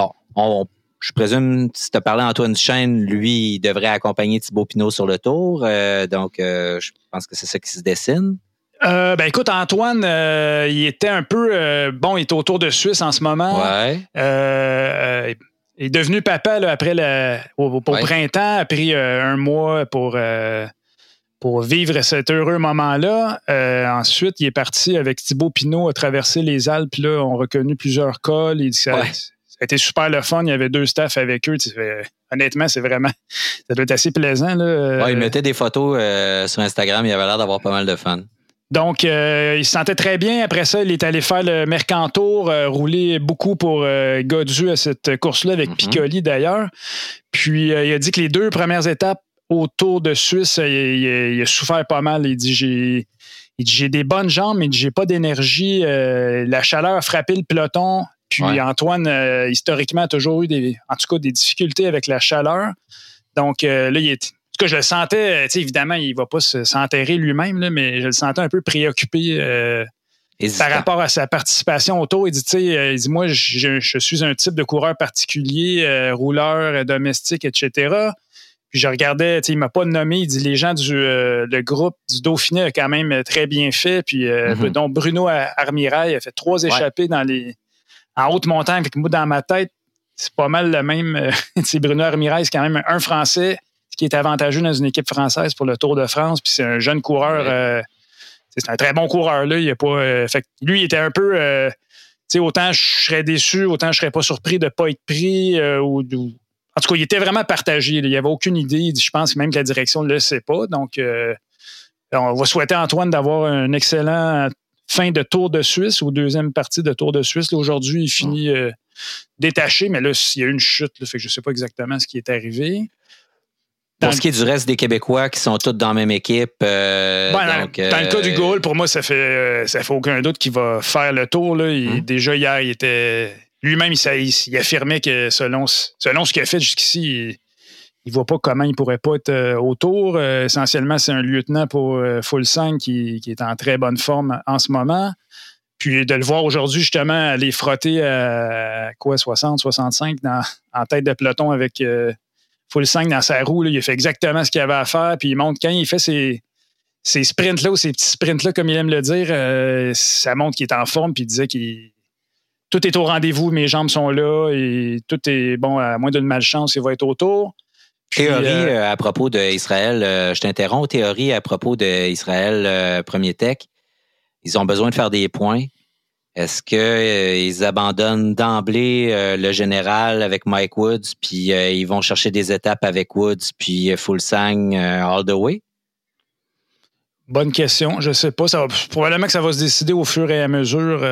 je présume, si tu as parlé à Antoine Duchesne, lui, il devrait accompagner Thibaut Pinot sur le Tour. Donc, je pense que c'est ça qui se dessine. Écoute, Antoine, il était un peu... il est au Tour de Suisse en ce moment. Ouais. Il est devenu papa là, après au printemps, a pris un mois pour vivre cet heureux moment-là. Ensuite, il est parti avec Thibaut Pinot à traverser les Alpes. Là, on a reconnu plusieurs cols. Il dit que ça a été super le fun. Il y avait 2 staffs avec eux. Honnêtement, ça doit être assez plaisant. Là. Il mettait des photos sur Instagram. Il avait l'air d'avoir pas mal de fun. Donc, il se sentait très bien. Après ça, il est allé faire le Mercantour, rouler beaucoup pour Gaudu à cette course-là avec Piccoli d'ailleurs. Puis, il a dit que les 2 premières étapes au Tour de Suisse, il a souffert pas mal. Il dit j'ai des bonnes jambes, mais j'ai pas d'énergie. La chaleur a frappé le peloton. Puis Antoine, historiquement, a toujours eu des difficultés avec la chaleur. Donc là, en tout cas, je le sentais, évidemment, il ne va pas s'enterrer lui-même, là, mais je le sentais un peu préoccupé par rapport à sa participation au Tour. Il dit, moi, je suis un type de coureur particulier, rouleur domestique, etc. Puis je regardais, il ne m'a pas nommé, il dit les gens le groupe du Dauphiné a quand même très bien fait. Puis donc Bruno Armirail a fait 3 échappées en haute montagne. Avec moi, dans ma tête, c'est pas mal le même. Bruno Armirail, c'est quand même un Français, ce qui est avantageux dans une équipe française pour le Tour de France. Puis c'est un jeune coureur. C'est un très bon coureur. Là. Il y a pas, fait que lui, il était un peu... autant je serais déçu, autant je serais pas surpris de ne pas être pris. En tout cas, il était vraiment partagé. Il n'y avait aucune idée. Il dit, je pense même que la direction ne le sait pas. Donc, on va souhaiter à Antoine d'avoir un excellent fin de Tour de Suisse ou deuxième partie de Tour de Suisse. Là, aujourd'hui, il finit détaché, mais là, il y a eu une chute. Là, fait que je ne sais pas exactement ce qui est arrivé. Pour ce qui est du reste des Québécois qui sont tous dans la même équipe. Dans le cas du Gaulle, pour moi, ça fait aucun doute qu'il va faire le tour. Là. Déjà, hier, il était... Lui-même, il affirmait que selon ce qu'il a fait jusqu'ici, il ne voit pas comment il ne pourrait pas être au tour. Essentiellement, c'est un lieutenant pour Fuglsang qui est en très bonne forme en ce moment. Puis de le voir aujourd'hui, justement, aller frotter à 60, 65 en tête de peloton avec Fuglsang dans sa roue. Là, il a fait exactement ce qu'il avait à faire. Puis il montre quand il fait ces sprints-là ou ces petits sprints-là, comme il aime le dire, ça montre qu'il est en forme. Puis il disait tout est au rendez-vous, mes jambes sont là et tout est bon, à moins d'une malchance, il va être autour. Théorie à propos d'Israël, je t'interromps, théorie à propos d'Israël Premier Tech, ils ont besoin de faire des points. Est-ce qu'ils abandonnent d'emblée le général avec Mike Woods, puis ils vont chercher des étapes avec Woods, puis Fuglsang all the way? Bonne question, je sais pas. Probablement que ça va se décider au fur et à mesure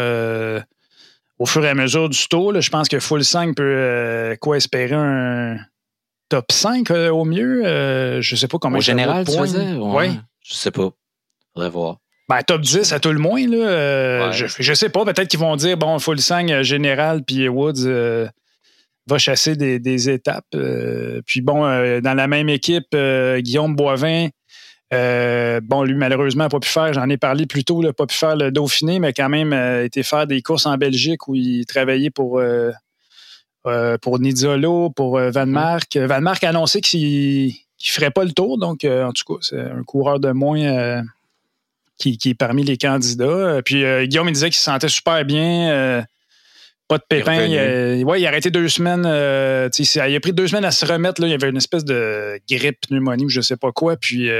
du tour. Là. Je pense que Fuglsang peut espérer un top 5 au mieux. Je ne sais pas comment. Au général, tu veux dire? Oui. Je sais pas. Faudrait voir. Top 10 à tout le moins. Là. Je sais pas. Peut-être qu'ils vont dire, Fuglsang général, puis Woods va chasser des étapes. Puis dans la même équipe, Guillaume Boivin, lui, malheureusement, n'a pas pu faire, j'en ai parlé plus tôt, n'a pas pu faire le Dauphiné, mais quand même été faire des courses en Belgique où il travaillait pour Nizzolo, pour Van Mark. Van Mark a annoncé qu'il ne ferait pas le tour, donc en tout cas, c'est un coureur de moins qui est parmi les candidats. Puis Guillaume, il disait qu'il se sentait super bien. Pas de pépin. Il a arrêté 2 semaines. Il a pris 2 semaines à se remettre. Là. Il y avait une espèce de grippe, pneumonie ou je sais pas quoi. Puis,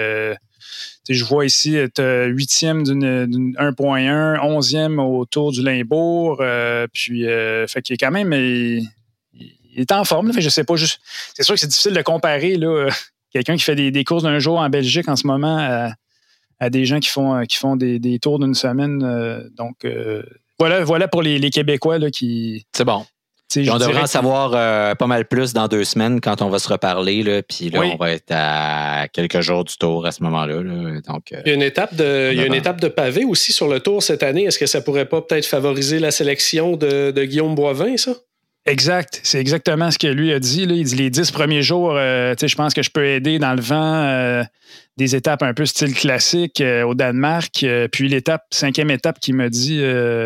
je vois ici être 8e d'une 1.1, 11e au Tour du Limbourg. Puis, fait qu'il est quand même... Il est en forme. Là, fait, je sais pas juste... C'est sûr que c'est difficile de comparer là, quelqu'un qui fait des courses d'un jour en Belgique en ce moment à des gens qui font des tours d'une semaine. Donc... Voilà pour les Québécois là, qui... C'est bon. On devrait en savoir pas mal plus dans 2 semaines quand on va se reparler. Là, puis là, on va être à quelques jours du Tour à ce moment-là. Là. Donc, il y a une étape de pavé aussi sur le Tour cette année. Est-ce que ça pourrait pas peut-être favoriser la sélection de Guillaume Boivin, ça? Exact. C'est exactement ce que lui a dit. Là. Il dit les 10 premiers jours, je pense que je peux aider dans le vent des étapes un peu style classique au Danemark. Puis 5e étape qui me dit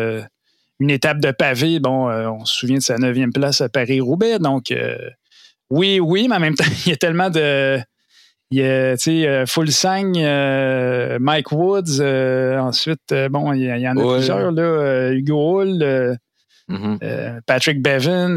une étape de pavé. Bon, on se souvient de sa 9e place à Paris-Roubaix. Donc, oui, mais en même temps, il y a tellement de... Il y a, Fulsang, Mike Woods. Ensuite, il y en a plusieurs. Là, Hugo Hull. Patrick Bevan,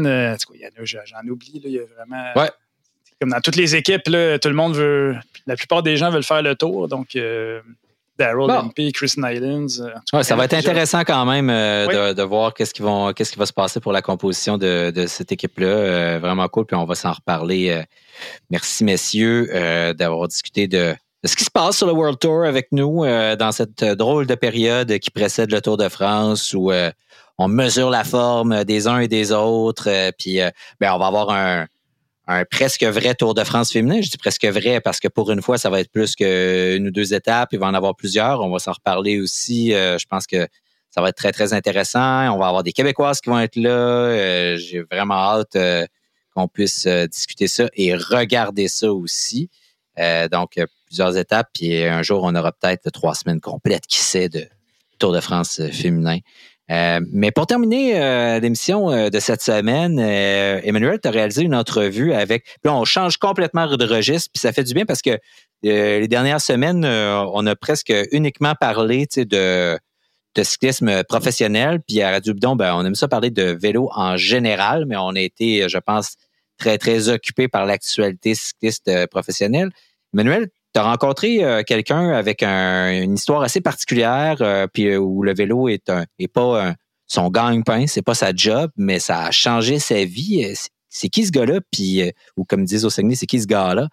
j'en oublie, là, il y a vraiment... Ouais. Comme dans toutes les équipes, là, tout le monde veut... La plupart des gens veulent faire le tour, donc Darrell Impey, Chris Nylands... ça va être intéressant quand même de voir qu'est-ce qui va se passer pour la composition de cette équipe-là. Vraiment cool, puis on va s'en reparler. Merci, messieurs, d'avoir discuté de ce qui se passe sur le World Tour avec nous dans cette drôle de période qui précède le Tour de France où... on mesure la forme des uns et des autres. Puis, on va avoir un presque vrai Tour de France féminin. Je dis presque vrai parce que pour une fois, ça va être plus qu'une ou 2 étapes. Il va en avoir plusieurs. On va s'en reparler aussi. Je pense que ça va être très, très intéressant. On va avoir des Québécoises qui vont être là. J'ai vraiment hâte qu'on puisse discuter ça et regarder ça aussi. Donc, plusieurs étapes. Puis un jour, on aura peut-être 3 semaines complètes, qui sait, de Tour de France féminin. Mais pour terminer l'émission de cette semaine, Emmanuel, tu as réalisé une entrevue avec... Puis là, on change complètement de registre, puis ça fait du bien parce que les dernières semaines, on a presque uniquement parlé de cyclisme professionnel, puis à Radio Bidon, on aime ça parler de vélo en général, mais on a été, je pense, très, très occupés par l'actualité cycliste professionnelle. Emmanuel, tu as rencontré quelqu'un avec une histoire assez particulière, puis où le vélo est pas son gagne-pain, c'est pas sa job, mais ça a changé sa vie. C'est qui ce gars-là? Puis, ou comme disent au Saguenay, c'est qui ce gars-là?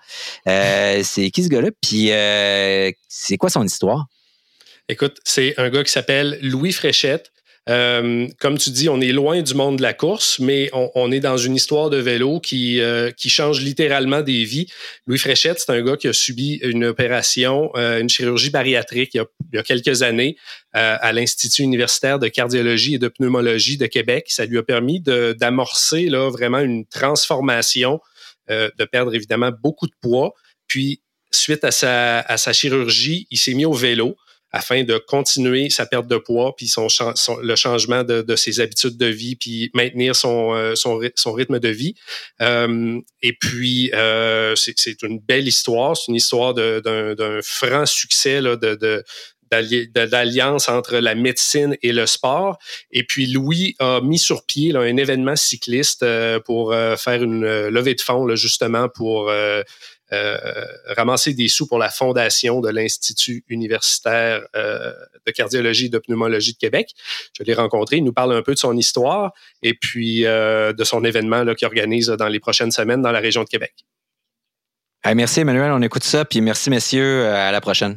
C'est qui ce gars-là? Puis, c'est quoi son histoire? Écoute, c'est un gars qui s'appelle Louis Fréchette. Comme tu dis, on est loin du monde de la course, mais on est dans une histoire de vélo qui change littéralement des vies. Louis Fréchette, c'est un gars qui a subi une opération, une chirurgie bariatrique il y a quelques années à l'Institut universitaire de cardiologie et de pneumologie de Québec. Ça lui a permis d'amorcer là, vraiment une transformation, de perdre évidemment beaucoup de poids. Puis, suite à sa chirurgie, il s'est mis au vélo afin de continuer sa perte de poids, puis le changement de ses habitudes de vie, puis maintenir son rythme de vie. Et puis, c'est une belle histoire. C'est une histoire d'un franc succès là, d'alliance entre la médecine et le sport. Et puis, Louis a mis sur pied là, un événement cycliste pour faire une levée de fonds, là, justement, pour... ramasser des sous pour la fondation de l'Institut universitaire de cardiologie et de pneumologie de Québec. Je l'ai rencontré, il nous parle un peu de son histoire et puis de son événement là, qu'il organise dans les prochaines semaines dans la région de Québec. Merci Emmanuel, on écoute ça, puis merci messieurs, à la prochaine.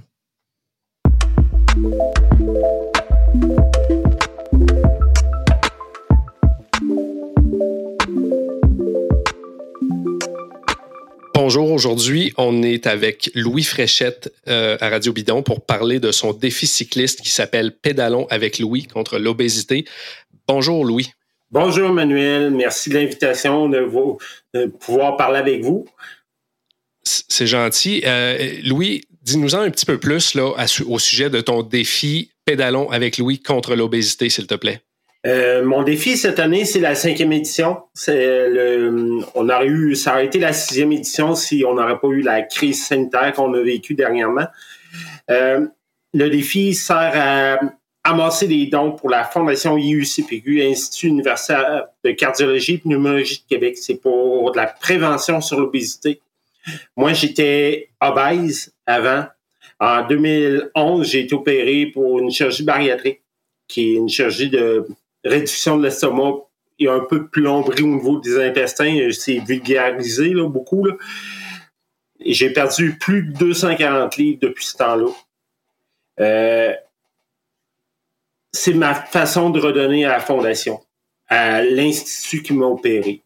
Bonjour, aujourd'hui, on est avec Louis Fréchette à Radio Bidon pour parler de son défi cycliste qui s'appelle Pédalons avec Louis contre l'obésité. Bonjour Louis. Bonjour Emmanuel, merci de l'invitation de pouvoir parler avec vous. C'est gentil. Louis, dis-nous-en un petit peu plus là, au sujet de ton défi Pédalons avec Louis contre l'obésité, s'il te plaît. Mon défi cette année, c'est la 5e édition. Ça aurait été la 6e édition si on n'aurait pas eu la crise sanitaire qu'on a vécue dernièrement. Le défi sert amassé des dons pour la Fondation IUCPQ, Institut universitaire de cardiologie et pneumologie de Québec. C'est pour de la prévention sur l'obésité. Moi, j'étais obèse avant. En 2011, j'ai été opéré pour une chirurgie bariatrique, qui est une chirurgie de réduction de l'estomac et un peu de plomberie au niveau des intestins. C'est vulgarisé là, beaucoup. Là. Et j'ai perdu plus de 240 livres depuis ce temps-là. C'est ma façon de redonner à la Fondation, à l'Institut qui m'a opéré.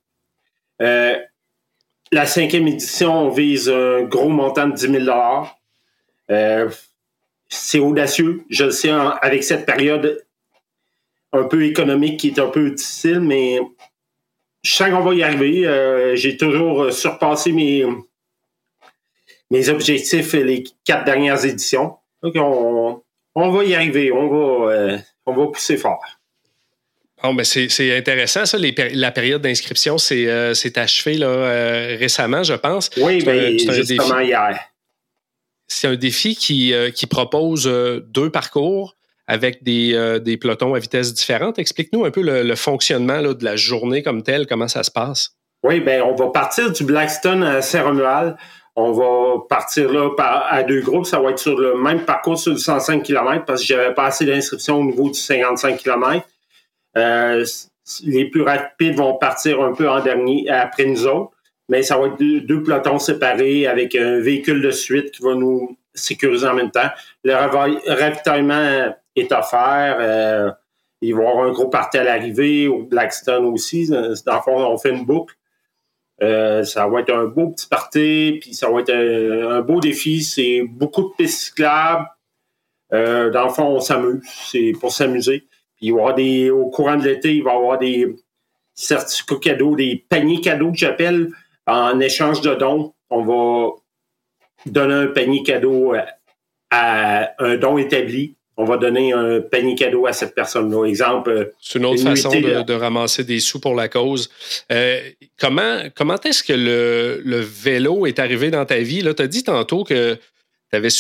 La 5e édition, on vise un gros montant de 10 000 c'est audacieux, je le sais, avec cette période un peu économique qui est un peu difficile, mais je sens qu'on va y arriver. J'ai toujours surpassé mes objectifs les 4 dernières éditions. Donc, on va y arriver, on va pousser fort. Oh, ben c'est intéressant, ça. La période d'inscription s'est achevée là, récemment, je pense. Oui, bien, justement hier. C'est un défi qui propose 2 parcours avec des pelotons à vitesse différente. Explique-nous un peu le fonctionnement là, de la journée comme telle, comment ça se passe. Oui, bien, on va partir du Blackstone à Saint-Romuald. On va partir là à 2 groupes. Ça va être sur le même parcours sur le 105 km parce que j'avais pas assez d'inscriptions au niveau du 55 km. Les plus rapides vont partir un peu en dernier après nous autres, mais ça va être 2 pelotons séparés avec un véhicule de suite qui va nous sécuriser en même temps. Le ravitaillement est offert. Il va y avoir un gros party à l'arrivée, au Blackstone aussi. Dans le fond, on fait une boucle. Ça va être un beau petit party, puis ça va être un beau défi. C'est beaucoup de pistes cyclables. Dans le fond, on s'amuse. C'est pour s'amuser. Puis il va y avoir au courant de l'été, il va y avoir des certificats cadeaux, des paniers cadeaux que j'appelle en échange de dons. On va donner un panier cadeau à un don établi. On va donner un panier cadeau à cette personne-là. Exemple. C'est une autre façon de ramasser des sous pour la cause. Comment est-ce que le vélo est arrivé dans ta vie? Tu as dit tantôt que tu avais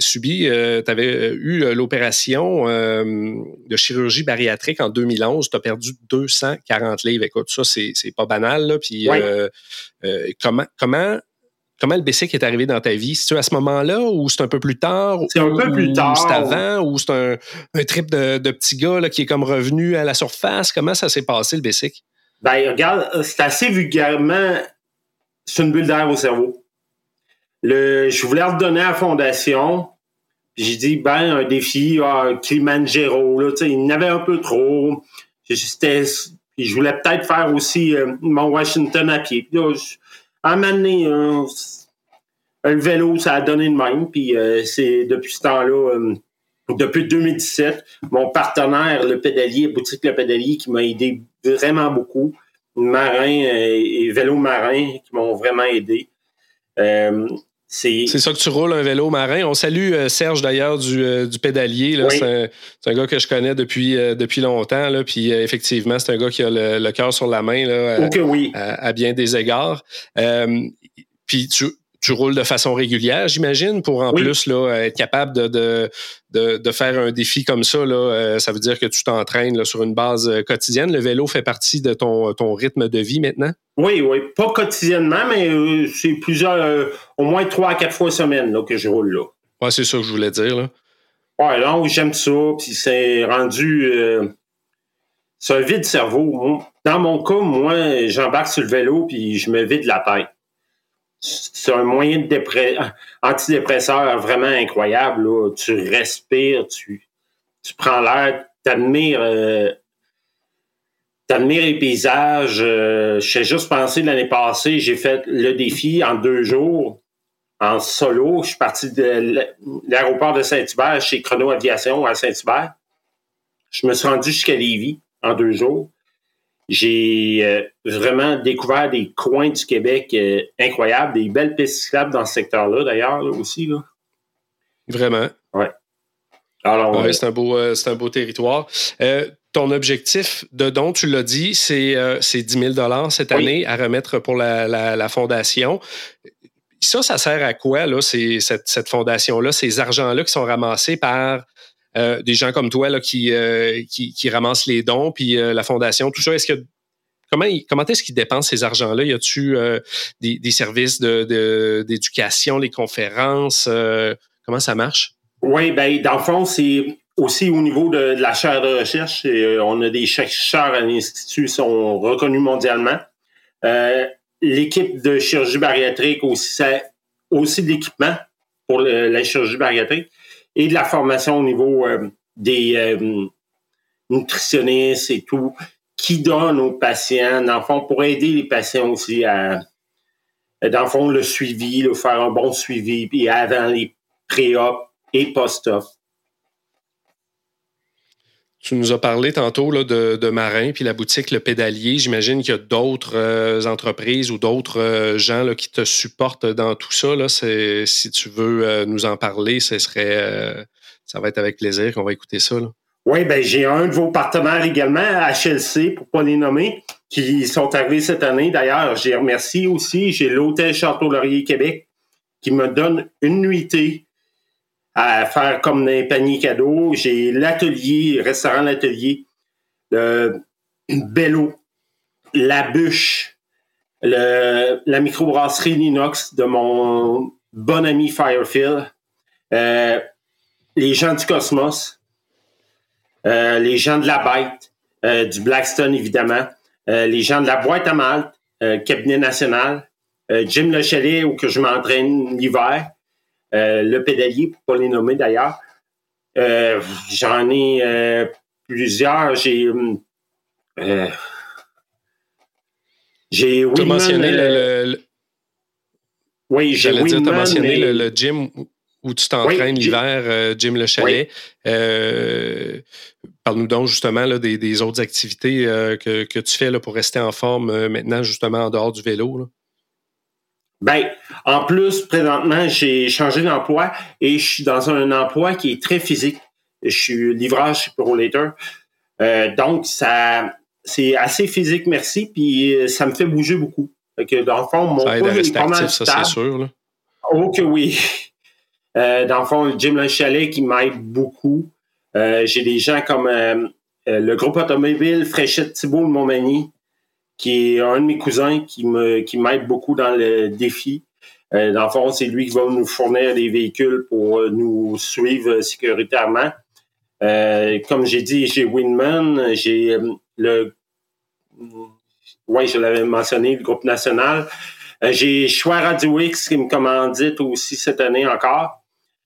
eu l'opération de chirurgie bariatrique en 2011. Tu as perdu 240 livres. Écoute, ça, c'est pas banal. Là. Puis, oui. Comment le BCIC est arrivé dans ta vie? C'est-tu à ce moment-là ou c'est un peu plus tard? C'est un peu plus tard. C'est avant ou c'est un trip de petit gars là, qui est comme revenu à la surface? Comment ça s'est passé, le BCIC? Ben, regarde, c'est assez vulgairement, c'est une bulle d'air au cerveau. Je voulais redonner à la Fondation. J'ai dit, un défi, Kilimanjaro, là, il y en avait un peu trop. Je voulais peut-être faire aussi Mont Washington à pied. Puis là, à un moment donné, le vélo, ça a donné de même. Puis c'est depuis ce temps-là, depuis 2017, mon partenaire, le pédalier, Boutique Le Pédalier, qui m'a aidé vraiment beaucoup. Marin et vélo marin qui m'ont vraiment aidé. C'est ça que tu roules, un vélo marin. On salue Serge, d'ailleurs, du pédalier. Là. Oui. C'est un gars que je connais depuis longtemps. Là. Puis effectivement, c'est un gars qui a le cœur sur la main là, oui. à bien des égards. Puis tu roules de façon régulière, j'imagine, pour en plus là, être capable de faire un défi comme ça. Là, ça veut dire que tu t'entraînes là, sur une base quotidienne. Le vélo fait partie de ton rythme de vie maintenant? Oui. Pas quotidiennement, mais c'est plusieurs, au moins 3 à 4 fois semaine là, que je roule là. Oui, c'est ça que je voulais dire. Là. Ouais, là, j'aime ça. Puis c'est rendu... c'est un vide-cerveau. Dans mon cas, moi, j'embarque sur le vélo puis je me vide la tête. C'est un moyen de antidépresseur vraiment incroyable. Là. Tu respires, tu prends l'air, t'admires les paysages. Je sais juste penser l'année passée, j'ai fait le défi en 2 jours en solo. Je suis parti de l'aéroport de Saint-Hubert chez Chrono Aviation à Saint-Hubert. Je me suis rendu jusqu'à Lévis en 2 jours. J'ai vraiment découvert des coins du Québec incroyables, des belles pistes cyclables dans ce secteur-là, d'ailleurs, là, aussi. Là. Vraiment. Oui. Alors, c'est un beau territoire. Ton objectif de don, tu l'as dit, c'est 10 000 cette année à remettre pour la Fondation. Ça sert à quoi, là, cette fondation-là, ces argents-là qui sont ramassés par des gens comme toi là, qui ramassent les dons, puis la fondation, tout ça. Comment est-ce qu'ils dépensent ces argents-là? Y a-tu des services d'éducation, les conférences? Comment ça marche? Oui, bien, dans le fond, c'est aussi au niveau de la chaire de recherche. On a des chercheurs à l'Institut qui sont reconnus mondialement. L'équipe de chirurgie bariatrique aussi de l'équipement pour la chirurgie bariatrique et de la formation au niveau des nutritionnistes et tout, qui donnent aux patients, dans le fond, pour aider les patients aussi à, dans le fond, le suivi, faire un bon suivi, puis avant les pré-op et post-op. Tu nous as parlé tantôt là, de Marin, puis la boutique Le Pédalier. J'imagine qu'il y a d'autres entreprises ou d'autres gens là, qui te supportent dans tout ça. Là. Si tu veux nous en parler, ça va être avec plaisir qu'on va écouter ça. Là. Oui, ben j'ai un de vos partenaires également, HLC, pour ne pas les nommer, qui sont arrivés cette année. D'ailleurs, j'ai remercié aussi. J'ai l'Hôtel Château-Laurier Québec qui me donne une nuitée à faire comme des paniers cadeaux. J'ai l'atelier, restaurant L'Atelier, le Bello, La Bûche, la microbrasserie L'Inox de mon bon ami Firefield, les gens du Cosmos, les gens de la Bête, du Blackstone évidemment, les gens de la Boîte à Malte, Cabinet National, Jim Le Chalet où que je m'entraîne l'hiver, Le Pédalier, pour ne pas les nommer d'ailleurs. J'en ai plusieurs. J'ai Winman. Mentionné Oui, j'ai Winman. Tu as mentionné mais... le gym où tu t'entraînes l'hiver, Jim Le Chalet. Oui. Parle-nous donc justement là, des autres activités que tu fais là, pour rester en forme maintenant, justement, en dehors du vélo. Là. Ben, en plus, présentement, j'ai changé d'emploi et je suis dans un emploi qui est très physique. Je suis livreur chez ProLater. Donc, c'est assez physique, merci, puis ça me fait bouger beaucoup. Fait que, dans le fond, mon ça aide à rester actif, ça, c'est sûr. Là. Oh que oui. Dans le fond, Jim Le Chalet qui m'aide beaucoup. J'ai des gens comme le groupe automobile Fréchette Thibault de Montmagny, qui est un de mes cousins qui m'aide beaucoup dans le défi. Dans le fond, c'est lui qui va nous fournir des véhicules pour nous suivre sécuritairement. Comme j'ai dit, j'ai Winman, j'ai je l'avais mentionné, le groupe national. J'ai Choix Radio X qui me commandite aussi cette année encore.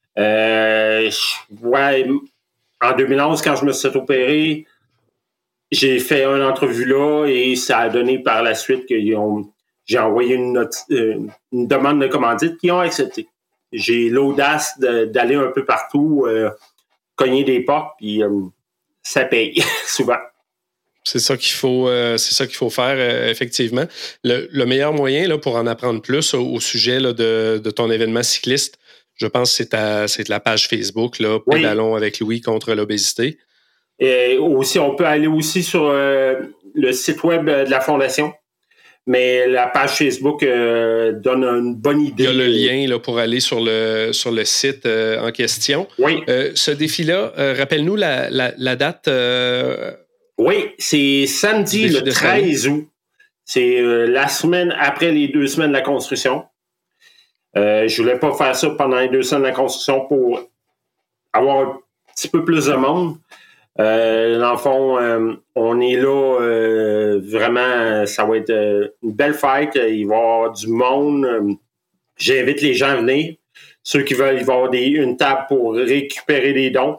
En 2011, quand je me suis opéré, j'ai fait une entrevue là et ça a donné par la suite que j'ai envoyé une demande de commandite qu'ils ont accepté. J'ai l'audace d'aller un peu partout, cogner des portes, puis ça paye souvent. C'est ça qu'il faut faire, effectivement. Le meilleur moyen là, pour en apprendre plus au sujet là, de ton événement cycliste, je pense que c'est la page Facebook, là, Pédalons avec Louis contre l'obésité. Et aussi, on peut aller aussi sur le site web de la Fondation. Mais la page Facebook donne une bonne idée. Il y a le lien là, pour aller sur le site en question. Oui. Ce défi-là, rappelle-nous la date. Oui, c'est samedi le 13 août. C'est la semaine après les 2 semaines de la construction. Je voulais pas faire ça pendant les 2 semaines de la construction pour avoir un petit peu plus de monde. Dans le fond, on est là, vraiment, ça va être une belle fête. Il va y avoir du monde. J'invite les gens à venir. Ceux qui veulent, il va y avoir une table pour récupérer des dons.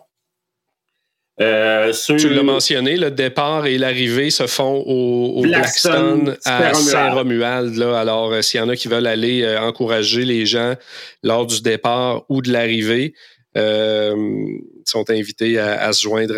Tu l'as mentionné, le départ et l'arrivée se font au Blackstone à Saint-Romuald. Là. Alors, s'il y en a qui veulent aller encourager les gens lors du départ ou de l'arrivée, sont invités à se joindre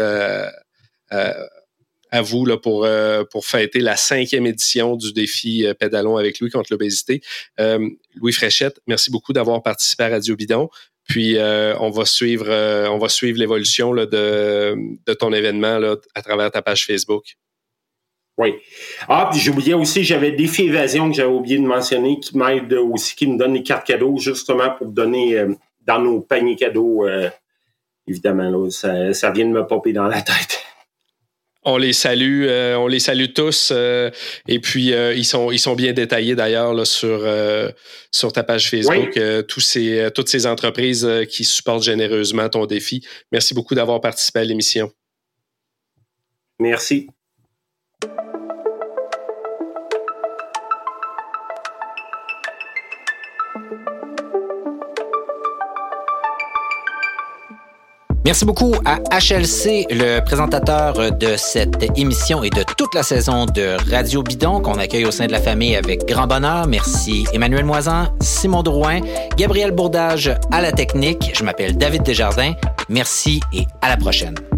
à vous là, pour fêter la 5e édition du défi Pédalons avec Louis contre l'obésité. Louis Fréchette, merci beaucoup d'avoir participé à Radio Bidon. Puis on va suivre l'évolution là, de ton événement là, à travers ta page Facebook. Oui. Ah, puis j'oubliais aussi, j'avais Défi Évasion que j'avais oublié de mentionner, qui m'aide aussi, qui me donne des cartes cadeaux justement pour donner dans nos paniers cadeaux évidemment, là, ça vient de me popper dans la tête. On les salue tous. Et puis, ils sont bien détaillés d'ailleurs là, sur ta page Facebook. Oui. Toutes ces entreprises qui supportent généreusement ton défi. Merci beaucoup d'avoir participé à l'émission. Merci. Merci beaucoup à HLC, le présentateur de cette émission et de toute la saison de Radio Bidon qu'on accueille au sein de la famille avec grand bonheur. Merci Emmanuel Moisan, Simon Drouin, Gabriel Bourdage à la technique. Je m'appelle David Desjardins. Merci et à la prochaine.